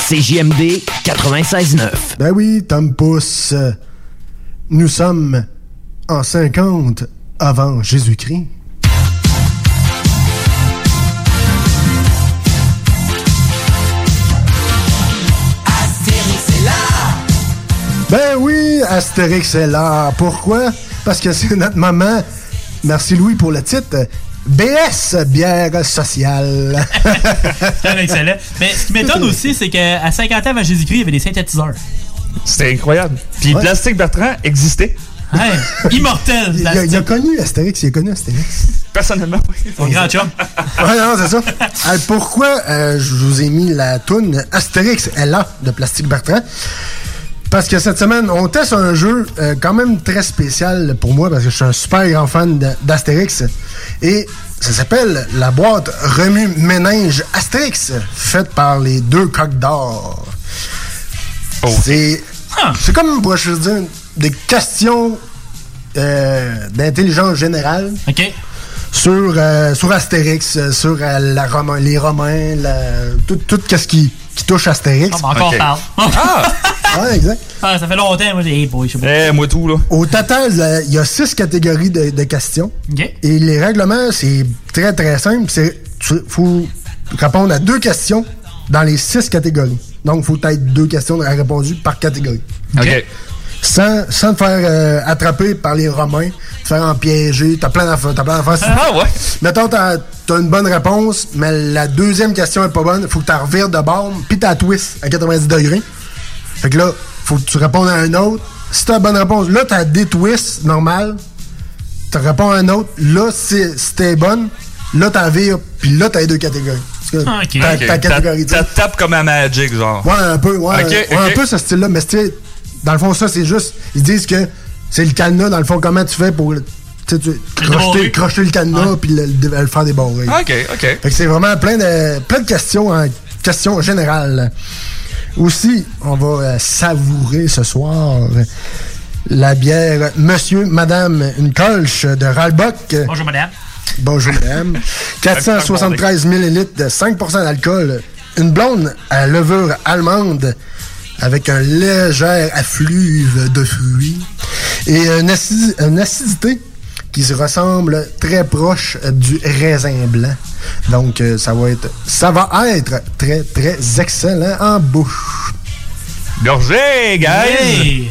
C J M D quatre-vingt-seize neuf. Ben oui, Tom Pouce. Nous sommes en cinquante avant Jésus-Christ. Astérix est là. Ben oui, Astérix est là. Pourquoi? Parce que c'est notre maman. Merci Louis pour le titre. B S, bière sociale. C'est excellent. Mais ce qui m'étonne aussi, c'est qu'à cinquante ans avant Jésus-Christ, il y avait des synthétiseurs. C'était incroyable. Puis Ouais. Plastique Bertrand existait. Ouais. Immortel. Il a, il a connu Astérix, il a connu Astérix. Personnellement, oui. Son grand chum. Ouais, non, c'est ça. Alors, pourquoi euh, je vous ai mis la toune Astérix est là de Plastique Bertrand? Parce que cette semaine, on teste un jeu euh, quand même très spécial pour moi, parce que je suis un super grand fan de- d'Astérix. Et ça s'appelle la boîte remue-ménage Astérix, faite par les deux coqs d'or. C'est c'est comme, moi, je veux dire, des questions euh, d'intelligence générale. OK. Sur, euh, sur Astérix, euh, sur euh, la Roma- les Romains, la- tout, tout ce qui, qui touche Astérix. Ah, ben encore parle. Ah! Ouais, exact. Ah, ça fait longtemps, moi, j'ai hey boy, je sais pas. Eh, moi tout, là. Au total, euh, il y a six catégories de, de questions. OK. Et les règlements, c'est très, très simple. C'est tu- faut répondre à deux questions dans les six catégories. Donc, il faut être deux questions à répondre par catégorie. OK. Sans, sans te faire euh, attraper par les Romains, te faire en piéger, t'as plein d'affaires. T'as plein d'affaires. Ah ouais? Mettons, t'as, t'as une bonne réponse, mais la deuxième question est pas bonne. Faut que t'en revires de bord, puis t'as twist à quatre-vingt-dix degrés. Fait que là, faut que tu répondes à un autre. Si t'as la bonne réponse, là, t'as des twists normal. Tu réponds à un autre. Là, si, si t'es bonne, là, t'en vires, puis là, t'as les deux catégories. Parce que OK. ta, OK. ta catégorie, Ça te tape comme à Magic, genre. Ouais, un peu, ouais. OK, ouais, OK. un peu ce style-là, mais tu sais, dans le fond, ça, c'est juste. Ils disent que c'est le cadenas, dans le fond, comment tu fais pour. Tu sais, tu crocheter, débarrer. crocheter le cadenas puis le, le- le faire débarrer. OK, OK. Fait que c'est vraiment plein de, plein de questions en questions générales. Aussi, on va euh, savourer ce soir euh, la bière Monsieur, Madame, une colche de Ralbock. Bonjour, madame. Bonjour, madame. quatre cent soixante-treize millilitres de cinq pour cent d'alcool. Une blonde à levure allemande avec un léger affluve de fruits. Et une, acidi- une acidité qui se ressemble très proche du raisin blanc. Donc, euh, ça va être ça va être très, très excellent en bouche. Gorgé, guys! Hey!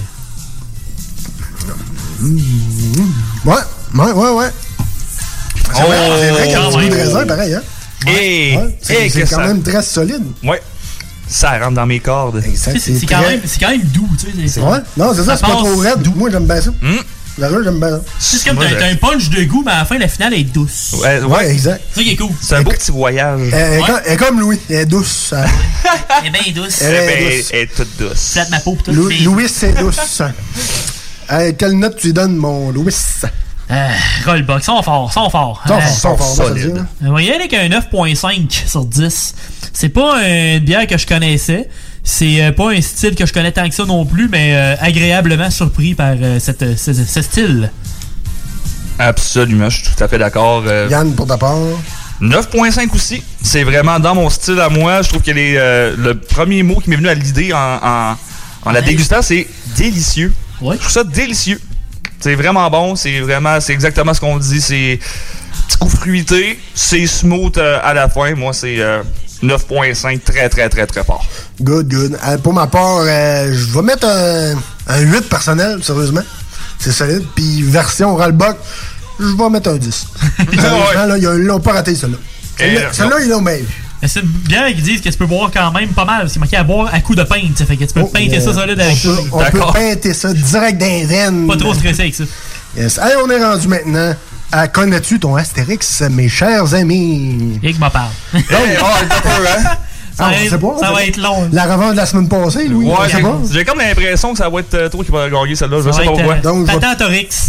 Mmh. Ouais, ouais, ouais, ouais. C'est Oh, vrai, c'est vrai qu'il y a un petit quand goût de même. raisin, pareil, hein? Et, Ouais, c'est et c'est que quand ça... même très solide. Ouais. Ça rentre dans mes cordes. Exact, C'est c'est quand, même- c'est quand même doux, tu sais. c'est- Ouais, non, c'est ça, c'est pas passe trop raide. Moi, j'aime bien ça. Hum. La rue, j'aime bien ça. C'est comme Moi, t'as je- t'as un punch de goût, mais à la fin, la finale est douce. Ouais, ouais. Ouais, exact. C'est ça qui est cool. C'est un beau petit voyage. Elle, elle est Ouais. comme- elle est comme Louis, elle est douce. hein. Elle est bien douce. Elle est Eh ben, douce. elle est toute douce. Flatte ma peau, pis tout. Lou- mais- Louis, c'est douce. Hey, quelle note tu lui donnes, mon Louis? Ah, rollbox, sont forts, sont forts. Sont Ah, forts, sont forts, on va se solide. dire. On va y aller avec un neuf virgule cinq sur dix. C'est pas une bière que je connaissais. C'est euh, pas un style que je connais tant que ça non plus, mais euh, agréablement surpris par euh, cette, euh, ce, ce style. Absolument, je suis tout à fait d'accord. Euh, Yann, pour ta part. neuf virgule cinq aussi. C'est vraiment dans mon style à moi. Je trouve que les, euh, le premier mot qui m'est venu à l'idée en, en, en la Ouais. dégustant, c'est délicieux. Ouais. Je trouve ça délicieux. C'est vraiment bon. C'est vraiment, c'est exactement ce qu'on dit. C'est petit coup fruité. C'est smooth euh, à la fin. Moi, c'est euh, neuf virgule cinq très, très, très, très fort. Good, good. Euh, pour ma part, euh, je vais mettre un, un huit personnel, sérieusement. C'est solide. Puis version Ralbock, je vais mettre un dix. Sérieusement, là, ils ont- ils l'ont pas raté, celle-là. Celle-là, Eh, celle-là, ils l'ont bien vu. Mais c'est une bière qui disent que tu peux boire quand même pas mal. C'est marqué à boire à coups de peinte. Ça fait que tu peux Oh, peinter yeah. ça solide avec ça. On peut, on peut D'accord. peinter ça direct dans les veines. Pas trop stressé avec ça. Yes. Hey, on est rendu maintenant à Connais-tu ton Astérix, mes chers amis? Et que m'en parle. Eh, oh, t'as peur, hein? Ça, Ah, va, on être, sait pas, ça on va sait être long. La revanche de la semaine passée, Louis, on Ouais, sait pas. j'ai comme l'impression que ça va être euh, toi qui va gagner celle-là. Je Ça sais va pas être pourquoi. euh, Donc, je vais- Patentorix.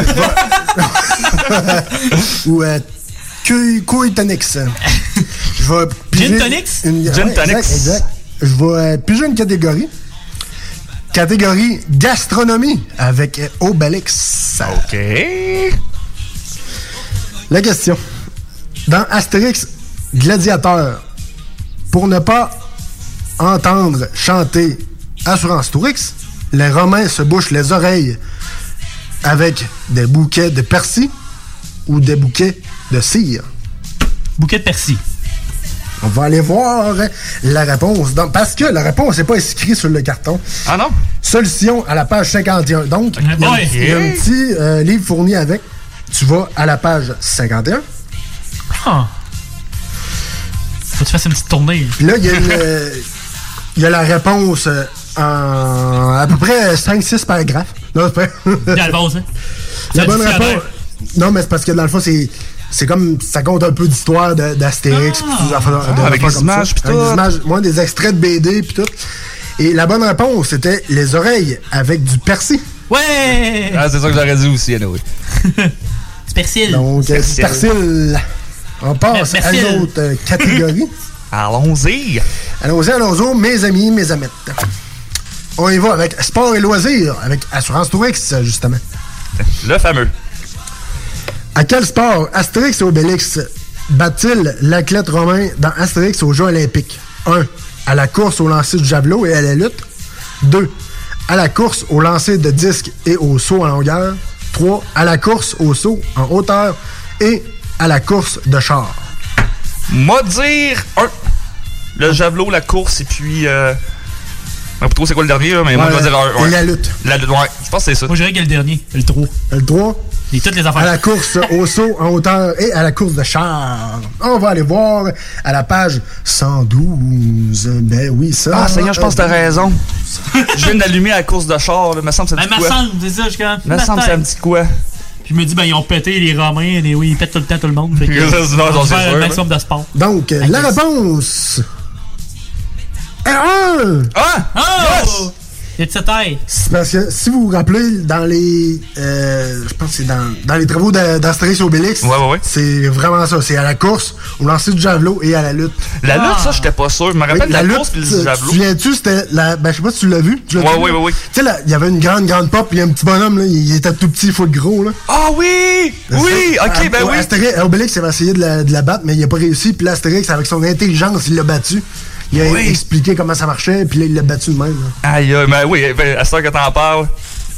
Ou euh, Couille couille Tonix. Je vais piger Gin Tonix? une- Gin ouais, Tonix. Exact, exact. Je vais euh, piger une catégorie. Catégorie gastronomie avec euh, Obélix. OK. La question. Dans Astérix Gladiateur, pour ne pas entendre chanter Assurance Tourix, les Romains se bouchent les oreilles avec des bouquets de persil ou des bouquets de cire? Bouquet de persil. On va aller voir la réponse. Donc, parce que la réponse n'est pas inscrite sur le carton. Ah non? Solution à la page cinquante et un. Donc, il y, ouais. y a un petit euh, livre fourni avec. Tu vas à la page cinquante et un. Ah. Faut que tu fasses une petite tournée. Puis là, il y a une, euh, il y a la réponse euh, en à peu près cinq six paragraphes. Non, c'est pas. Dans le bon, ça. La bonne réponse. Non, mais c'est parce que dans le fond, c'est. C'est comme, ça compte un peu d'histoire de, d'Astérix, ah, pis tout, affaires, ah, de, avec des les images, pis tout. Avec des images, moi, des extraits de B D, pis tout. Et la bonne réponse, c'était les oreilles avec du persil. Ouais! Ah, c'est ça que j'aurais dit aussi, anyway. Du persil. Donc, euh, du persil. On passe Persil. à une autre euh, catégorie. Allons-y. Allons-y, allons-y, mes amis, mes amettes. On y va avec sport et loisirs, avec Assurance Tourix, justement. Le fameux. À quel sport Astérix et Obélix battent-ils l'athlète romain dans Astérix aux Jeux olympiques? un. À la course au lancer du javelot et à la lutte. deux. À la course au lancer de disque et au saut en longueur. trois. À la course au saut en hauteur et à la course de char. Moi dire un. Le javelot, la course et puis... Euh... Je sais pas trop c'est quoi le dernier, là, mais ouais, moi je vais dire un. Et la lutte. La lutte, ouais. Je pense que c'est ça. Moi je dirais que le dernier, le trois. Le trois. Et toutes les affaires. À la course au saut en hauteur et à la course de char. On va aller voir à la page cent douze. Ben oui, ça. Ah, Seigneur, je pense que t'as raison. Je viens d'allumer à la course de char, là. Me semble que ça me dit Ben, quoi. me semble, c'est ça, je quand Me semble que ça me dit quoi. Puis je me dis, ben, ils ont pété les Romains, et oui, ils pètent tout le temps tout le monde. Fait que, Ça, c'est- non, on va c'est faire sûr, un maximum de sport. Donc, I la guess. réponse est un. Ah! Oh! Il y a de cette taille. C'est parce que si vous vous rappelez, dans les. Euh, je pense que c'est dans, dans les travaux de- d'Astérix et Obélix. Ouais, ouais, ouais. C'est vraiment ça. C'est à la course, au lancer du javelot et à la lutte. La Ah. lutte, ça, j'étais pas sûr. Je me rappelle Oui, de la, course puis le tu- javelot. Tu souviens-tu, c'était la. Ben, je sais pas si tu l'as vu. Tu l'as Ouais, vu, ouais, là? ouais, ouais. Tu sais, là, il y avait une grande, grande pop, puis un petit bonhomme, là. Il était tout petit, il faut être gros, là. Ah oui! Oui! Ok, ben Ouais, oui! Astérix, Obélix avait essayé de la, de la battre, mais il a pas réussi. Puis là, Astérix, avec son intelligence, il l'a battu. Il a Oui. expliqué comment ça marchait, puis là, il l'a battu de même. là. Aïe, aïe, ben oui, ben, à ce que t'en parles.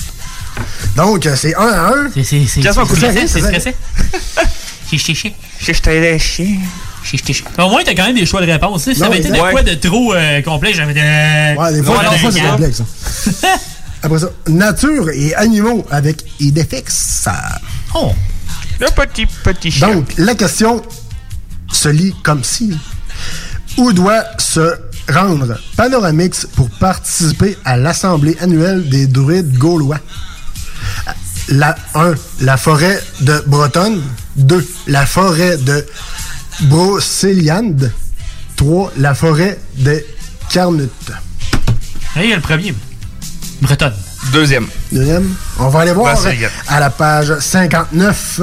Donc, euh, c'est un à un. C'est c'est c'est Quasiment un coup de stressé, pied, c'est c'est stressé. Chiche chiche. Je j'étais des chiens. Chiche chiche. Au moins t'as quand même des choix de réponse. Si ça Non, avait été mais- de ouais. quoi de trop euh, complet, j'avais dit. Ouais, des fois, Ouais, des fois, non, c'est non. complexe. ça. Après ça, nature et animaux avec Idefix. Oh. Le petit, petit chien. Donc, la question se lit comme ci. Où doit se rendre Panoramix pour participer à l'assemblée annuelle des druides gaulois? La un. La forêt de Bretonne. deux. La forêt de Brocéliande. trois. La forêt de Carnut. Hey, il y a le premier. Bretonne. Deuxième. Deuxième. On va aller voir Brocéliande. à la page cinquante-neuf.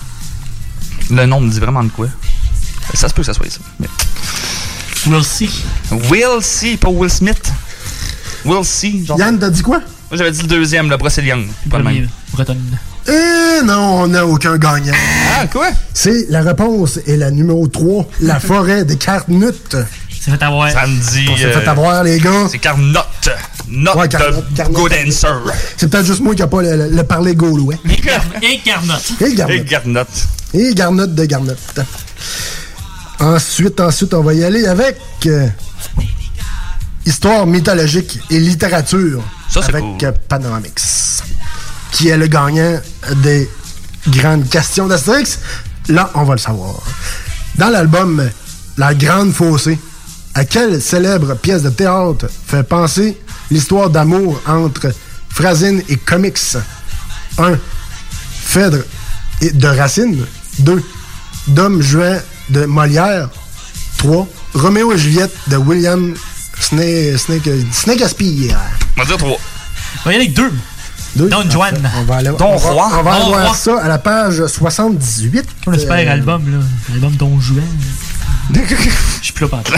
Le nom me dit vraiment de quoi. Ça se peut que ça soit ça. Mais... We'll see. Will C, pas Will Smith. Will C. Genre... Yann, t'as dit quoi? Moi, j'avais dit le deuxième, le Brocéliande. Pas le Premier. même. Bretonne. Eh non, on n'a aucun gagnant. Ah, quoi? C'est la réponse est la numéro trois, la forêt des Carnutes. C'est fait avoir. Ça me dit. On s'est euh, fait avoir, les gars. C'est Carnot. Not Ouais, the Carnot, Carnot. good answer. C'est peut-être juste moi qui n'ai pas le, le parler gaulois. Et Gar- Et Garnotte. Et Et Garnotte. Garnot. Et Garnotte de Garnotte. Ensuite, ensuite, on va y aller avec euh, histoire mythologique et littérature Ça, c'est avec cool. euh, Panoramix, qui est le gagnant des grandes questions d'Astérix. Là, on va le savoir. Dans l'album La Grande Fossée, à quelle célèbre pièce de théâtre fait penser l'histoire d'amour entre Phrasine et Comics? un. Phèdre et de Racine. deux. Dom Juan de Molière. trois. Roméo et Juliette de William Snake, Snake, Snakespeare. On va dire trois. On va y aller avec deux. Deux. Don Juan. On va aller, Don on va- Juan. on va aller Don voir Juan. ça à la page soixante-dix-huit. Le super Euh, album, là. L'album Don Juan. Je suis plus là pas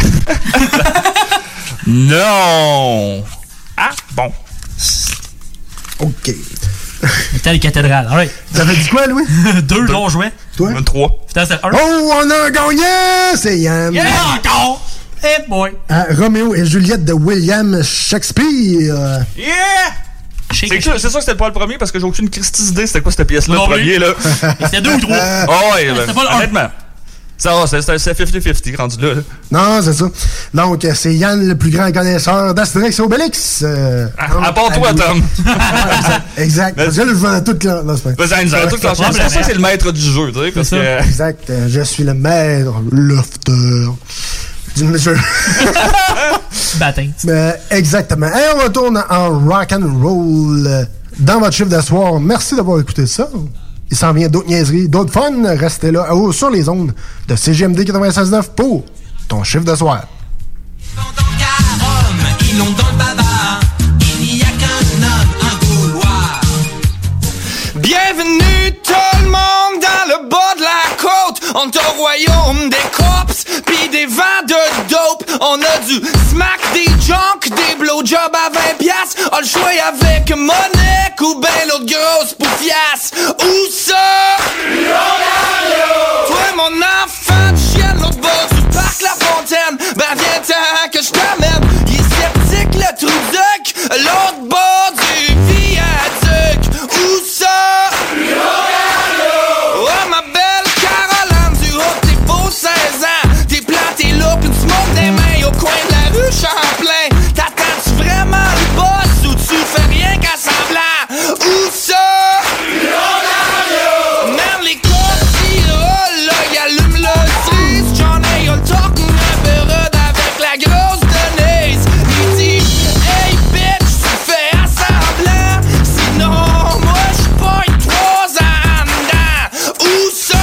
Non! Ah, bon. OK. C'était les cathédrales. Alright. T'avais dit quoi, Louis? Deux Don Juan. Toi? Un trois. Putain, c'est un. Oh, on a un gagnant! C'est Yann. Yeah, encore! Eh boy! À Roméo et Juliette de William Shakespeare. Yeah! C'est sûr, c'est sûr que c'était pas le premier parce que j'ai aucune christie idée c'était quoi cette pièce-là, Non, le premier, oui. là. C'était deux ou trois. Oh, ouais, C'était ben, pas le un. honnêtement. Ça va, c'est c'est cinquante cinquante rendu là. là. Non, c'est ça. Donc, c'est Yann, le plus grand connaisseur d'Astérix et Obélix. Euh, À, à part toi, Tom. exact. Parce que là, je vois tout là. Non, c'est pas Ben, ça nous a tout clenché. C'est pour ça que c'est le maître du jeu, tu sais. Parce que. Exact. Euh, Je suis le maître, lofter. Du monsieur. Baptême. Euh, exactement. Et on retourne en rock and roll euh, dans votre chiffre de soir. Merci d'avoir écouté ça. Il s'en vient d'autres niaiseries, d'autres fun. Restez là, oh, sur les ondes de C G M D quatre-vingt-seize neuf pour ton chiffre de soir. Ils l'ont dans le baba, il n'y a qu'un homme, un Gaulois. Bienvenue tout le monde dans le bas de la côte. On est au royaume des cops pis des vents de dope. On a du smack, des junk, des blowjobs à vingt piastres. On le choix avec Monique ou ben l'autre grosse poufiasse. Où ça? Toi mon enfant de chienne, l'autre bord du parc La Fontaine. Ben viens-t'en que je t'amène. Il est sceptique le Trouduc, l'autre bord du viaduc. Où ça? Oh ma belle Caroline du haut de tes beaux seize ans. T'es planté là pis tu montes des mains au coin de la rue Champlain. T'attends-tu vraiment le boss ou tu fais rien qu'à semblant? Où ça? Merde les cops roulent là, y'allument le cerise. Johnny a le talking apérode avec la grosse Denise. Il dit hey bitch tu fais à semblant. Sinon moi j'suis pas une trois ans dedans. Où ça?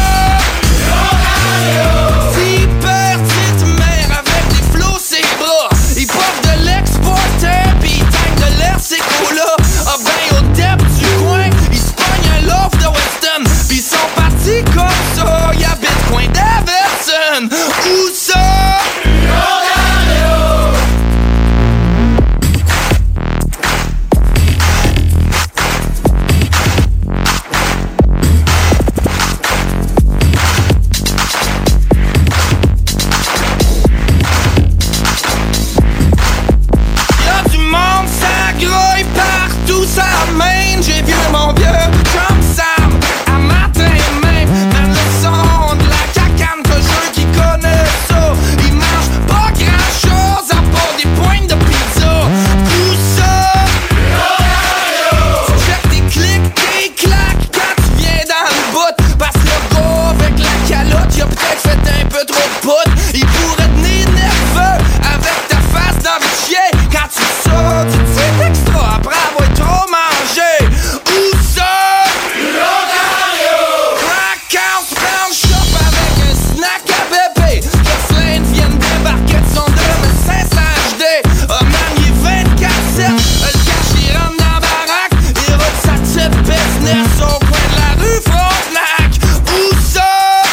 Si petite mère avec des flots ses bras. Il porte de l'exporteur pis il tank de l'air c'est cool là. Ah ben au depth du coin il se pogne un loaf de Weston. Pis ils sont partis comme ça. Il habite coin d'Averson. Où ça? Y'a du monde, ça grouille partout, ça mène. J'ai vu mon vieux comme Sam, à matin même. Dans le son de la cacane que je qui connaît ça. Il mange pas grand chose à part des poignes de pizza. Où ça? Tu check tes clics, tes claques quand tu viens dans le bout. Parce que le gars avec la calotte, il a peut-être fait un peu trop de poudre. Il pourrait tenir nerveux avec ta face d'envie de chier. Quand tu sors, tu te fais extra après avoir trop mangé. Où ça? Crack out, prends le shop avec un snack à bébé. Que Flynn vienne débarquer de son deux mille cinq cents H D. Oh man, il est vingt-quatre sept. Le cash, il rentre dans la baraque. Il roule sa petite business au coin de la rue Frontenac. Où ça?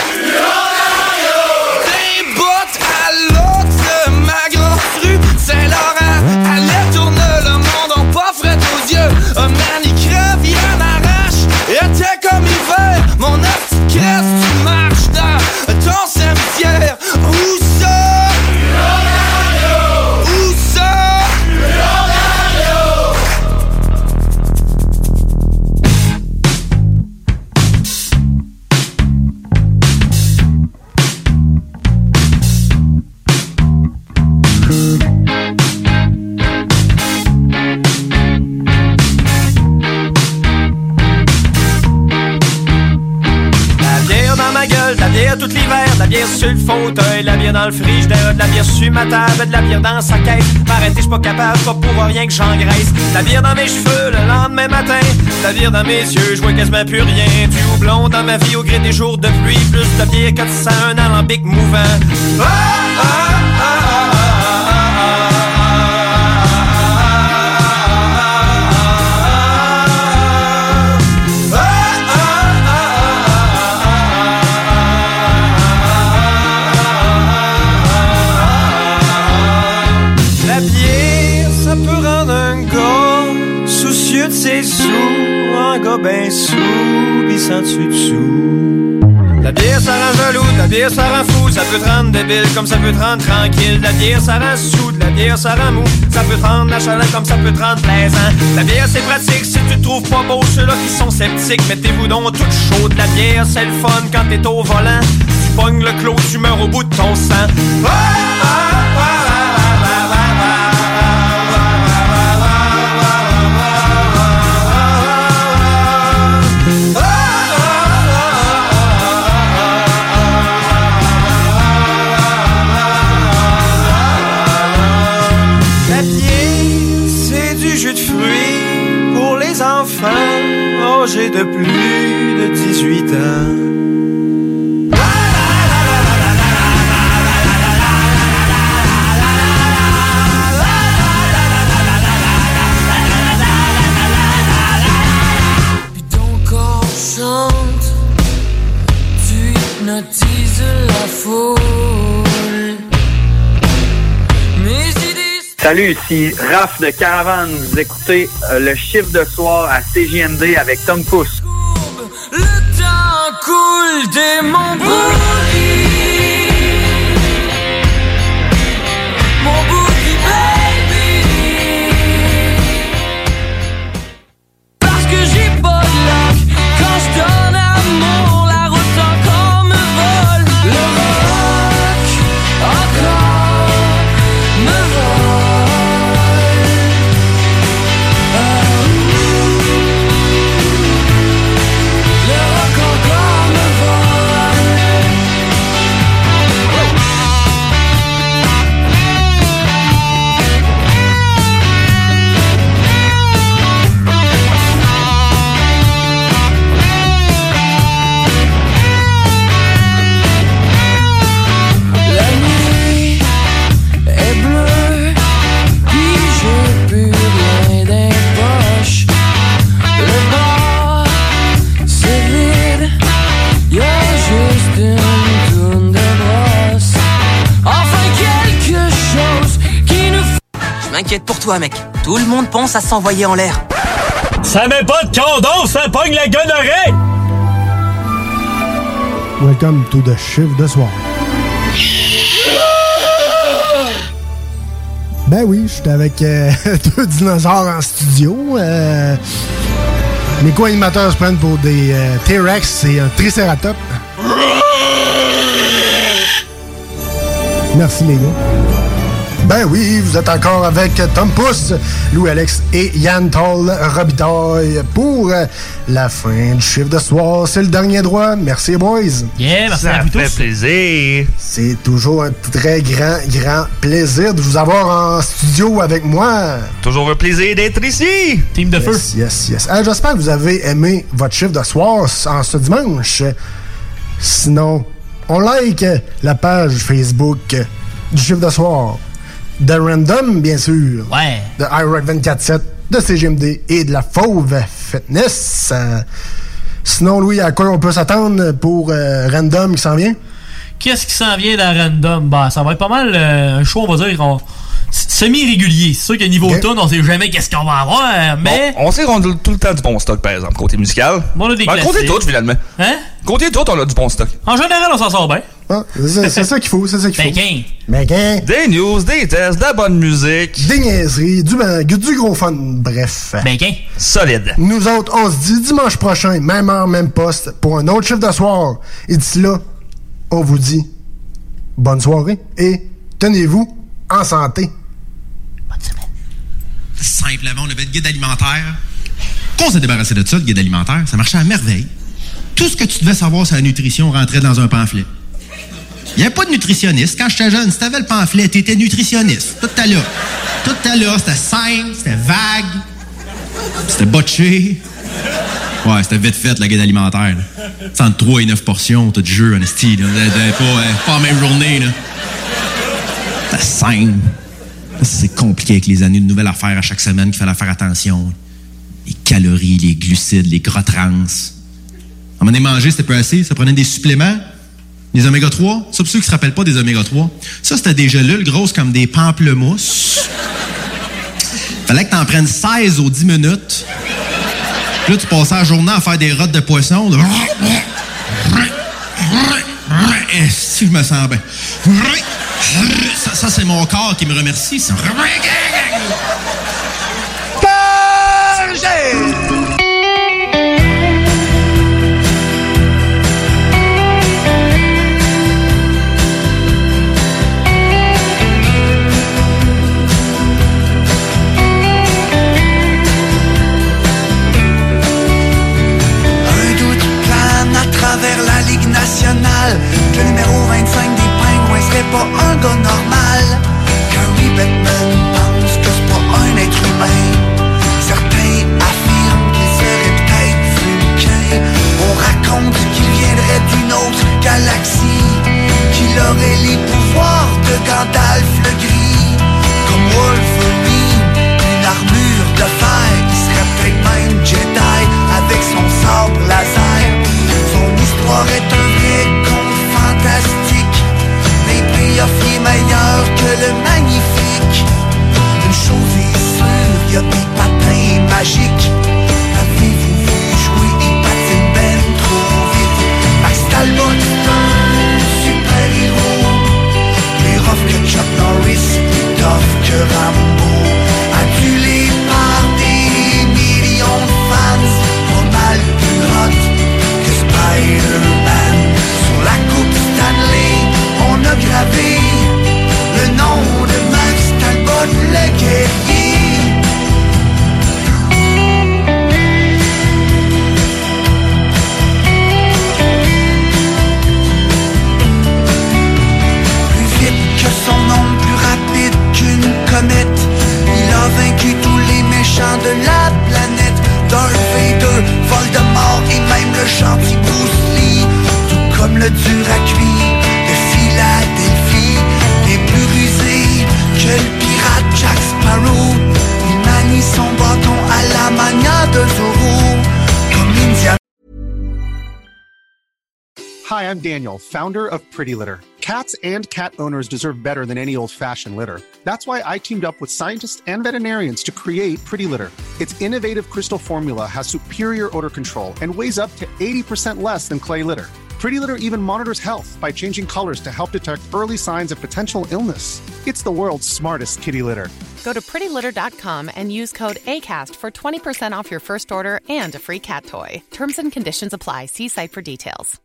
Des bottes à l'autre de ma grosse rue Saint-Laurent. Allait tourner le monde, on pas fret aux yeux. Oh man, il crève, il en arrache. Était comme hiver, mon œuf tu crèves, tu marches dans ton cimetière. Où ça? Où ça? La bière dans ma gueule, de la bière tout l'hiver, de la bière sur le fauteuil, de la bière dans le frigidaire, de la bière sur ma table, de la bière dans sa caisse. M'arrêter, j'suis pas capable, pas pour rien que j'engraisse. De la bière dans mes cheveux le lendemain matin, de la bière dans mes yeux, je vois quasiment plus rien. Du houblon dans ma vie au gré des jours de pluie, plus de bière que ça, un alambic mouvant. Ah, ah, ah, ah, la bière, ça peut rendre un gars soucieux de ses sous, un gars ben sous, pis sans dessus dessous. La bière, ça ça rend jaloux, de la bière, ça rend fou. Ça peut te rendre débile comme ça peut te rendre tranquille. De la bière, ça rend sous, de la bière, ça rend mou. Ça peut te rendre la chaleur comme ça peut te rendre plaisant. La bière, c'est pratique si tu te trouves pas beau. Ceux-là qui sont sceptiques, mettez-vous donc tout chaud. De la bière, c'est le fun quand t'es au volant. Tu pognes le clos, tu meurs au bout de ton sang. Ah, ah, ah, âgés de plus de dix-huit ans. Puis ton corps chante, tu hypnotises la foule. Mes idées. Salut, ici Raph de Caravane. Vous écoutez euh, le chiffre de soir à C J M D avec Tom Pousse. Le temps coule des mon boogie. Mon boogie baby. Parce que j'ai pas de luck. Quand je donne amour, la route encore me vole. Le rock encore me vole. M'inquiète pour toi, mec. Tout le monde pense à s'envoyer en l'air. Ça met pas de condom, ça pogne la gonorrhée! Welcome to the chiffre de soir. Ben oui, je suis avec euh, deux dinosaures en studio. Euh, mes co-animateurs se prennent pour des euh, T-Rex et un Triceratops. Merci les gars. Ben oui, vous êtes encore avec Tom Pousse, Louis-Alex et Yann Toll Robitaille pour la fin du chiffre de soir. C'est le dernier droit. Merci, boys. Yeah, merci Ça à vous tous. fait plaisir. C'est toujours un très grand, grand plaisir de vous avoir en studio avec moi. Toujours un plaisir d'être ici. Team de yes, feu. Yes, yes. Alors, j'espère que vous avez aimé votre chiffre de soir en ce dimanche. Sinon, on like la page Facebook du chiffre de soir. De Random, bien sûr. Ouais. De iRock vingt-quatre sept, de C G M D et de la Fauve Fitness. Euh, sinon, Louis, à quoi on peut s'attendre pour euh, Random qui s'en vient? Qu'est-ce qui s'en vient dans Random? Bah, ça va être pas mal euh, un show, on va dire, on... semi-régulier. C'est sûr que niveau okay. tune, on sait jamais qu'est-ce qu'on va avoir, mais... Bon, on sait qu'on a tout le temps du bon stock, par exemple, côté musical. Bon, on a des ben, classiques. Côté tout, finalement. Hein? Côté tout, on a du bon stock. En général, on s'en sort bien. Ah, c'est, c'est ça qu'il faut, c'est ça qu'il faut. Ben, ben, qu'un. Des news, des tests, de la bonne musique. Des niaiseries, du, ben, du gros fun, bref. Ben, qu'un. Solide. Nous autres, on se dit dimanche prochain, même heure, même poste, pour un autre chiffre de soir. Et d'ici là, on vous dit bonne soirée et tenez-vous en santé. Bonne semaine. Simplement, on avait le guide alimentaire. Quand on s'est débarrassé de ça, le guide alimentaire, ça marchait à merveille. Tout ce que tu devais savoir sur la nutrition rentrait dans un pamphlet. Il n'y avait pas de nutritionniste. Quand j'étais jeune, si t'avais le pamphlet, t'étais nutritionniste. Tout à l'heure. Tout à l'heure, c'était simple, c'était vague, c'était botché. Ouais, c'était vite fait, la guide alimentaire. Là. Entre trois et neuf portions, t'as du jeu, en esti. Pas, euh, pas la même journée, là. C'était simple. C'est compliqué avec les années de nouvelles affaires à chaque semaine qu'il fallait faire attention. Les calories, les glucides, les gras trans. À un moment donné, manger, c'était peu assez. Ça prenait des suppléments. Les oméga trois. Ça, pour ceux qui se rappellent pas des oméga trois. Ça, c'était des gélules grosses comme des pamplemousses. Fallait que t'en prennes seize aux dix minutes. Puis là, tu passais la journée à faire des rottes de poisson. De... Si je me sens bien. Ça, ça c'est mon corps qui me remercie. Ça. Vers la Ligue nationale, que le numéro vingt-cinq des Pingouins serait pas un gars normal. Gary Bettman pense que c'est pas un être humain. Certains affirment qu'il serait peut-être vulcain. On raconte qu'il viendrait d'une autre galaxie, qu'il aurait les pouvoirs de Gandalf le Gris. Comme Wolverine, une armure de fer, il serait peut-être même Jedi avec son sabre laser. L'histoire est un vrai conte fantastique, des payoffs est meilleur que le magnifique. Une chose est sûre, y'a des patins magiques. Avez-vous vu jouer, il patine ben trop vite. Max Talbot c'est un super-héros, plus rough que Chuck Norris, plus tough que Rambo. Adulé par des millions de fans, pas mal plus hot Spider-Man. Sur la coupe Stanley, on a gravé le nom de Max Talbot le guerrier. Plus vite que son ombre, plus rapide qu'une comète, il a vaincu tous les méchants de la planète. Darth Vader, Voldemort et même le gentil Bruce Lee. Tout comme le dur à cuire de Philadelphie. Et plus rusé que le pirate Jack Sparrow, il manie son bâton à la mania de Zorro. Comme Indiana. Hi, I'm Daniel, founder of Pretty Litter. Cats and cat owners deserve better than any old-fashioned litter. That's why I teamed up with scientists and veterinarians to create Pretty Litter. Its innovative crystal formula has superior odor control and weighs up to eighty percent less than clay litter. Pretty Litter even monitors health by changing colors to help detect early signs of potential illness. It's the world's smartest kitty litter. Go to pretty litter dot com and use code ACAST for twenty percent off your first order and a free cat toy. Terms and conditions apply. See site for details.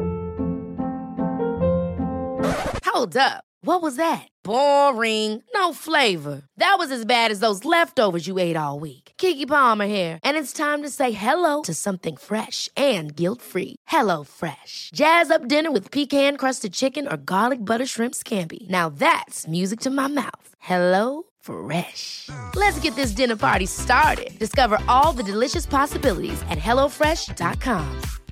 Hold up. What was that? Boring. No flavor. That was as bad as those leftovers you ate all week. Keke Palmer here, and it's time to say hello to something fresh and guilt-free. Hello Fresh. Jazz up dinner with pecan-crusted chicken or garlic butter shrimp scampi. Now that's music to my mouth. Hello Fresh. Let's get this dinner party started. Discover all the delicious possibilities at hello fresh dot com.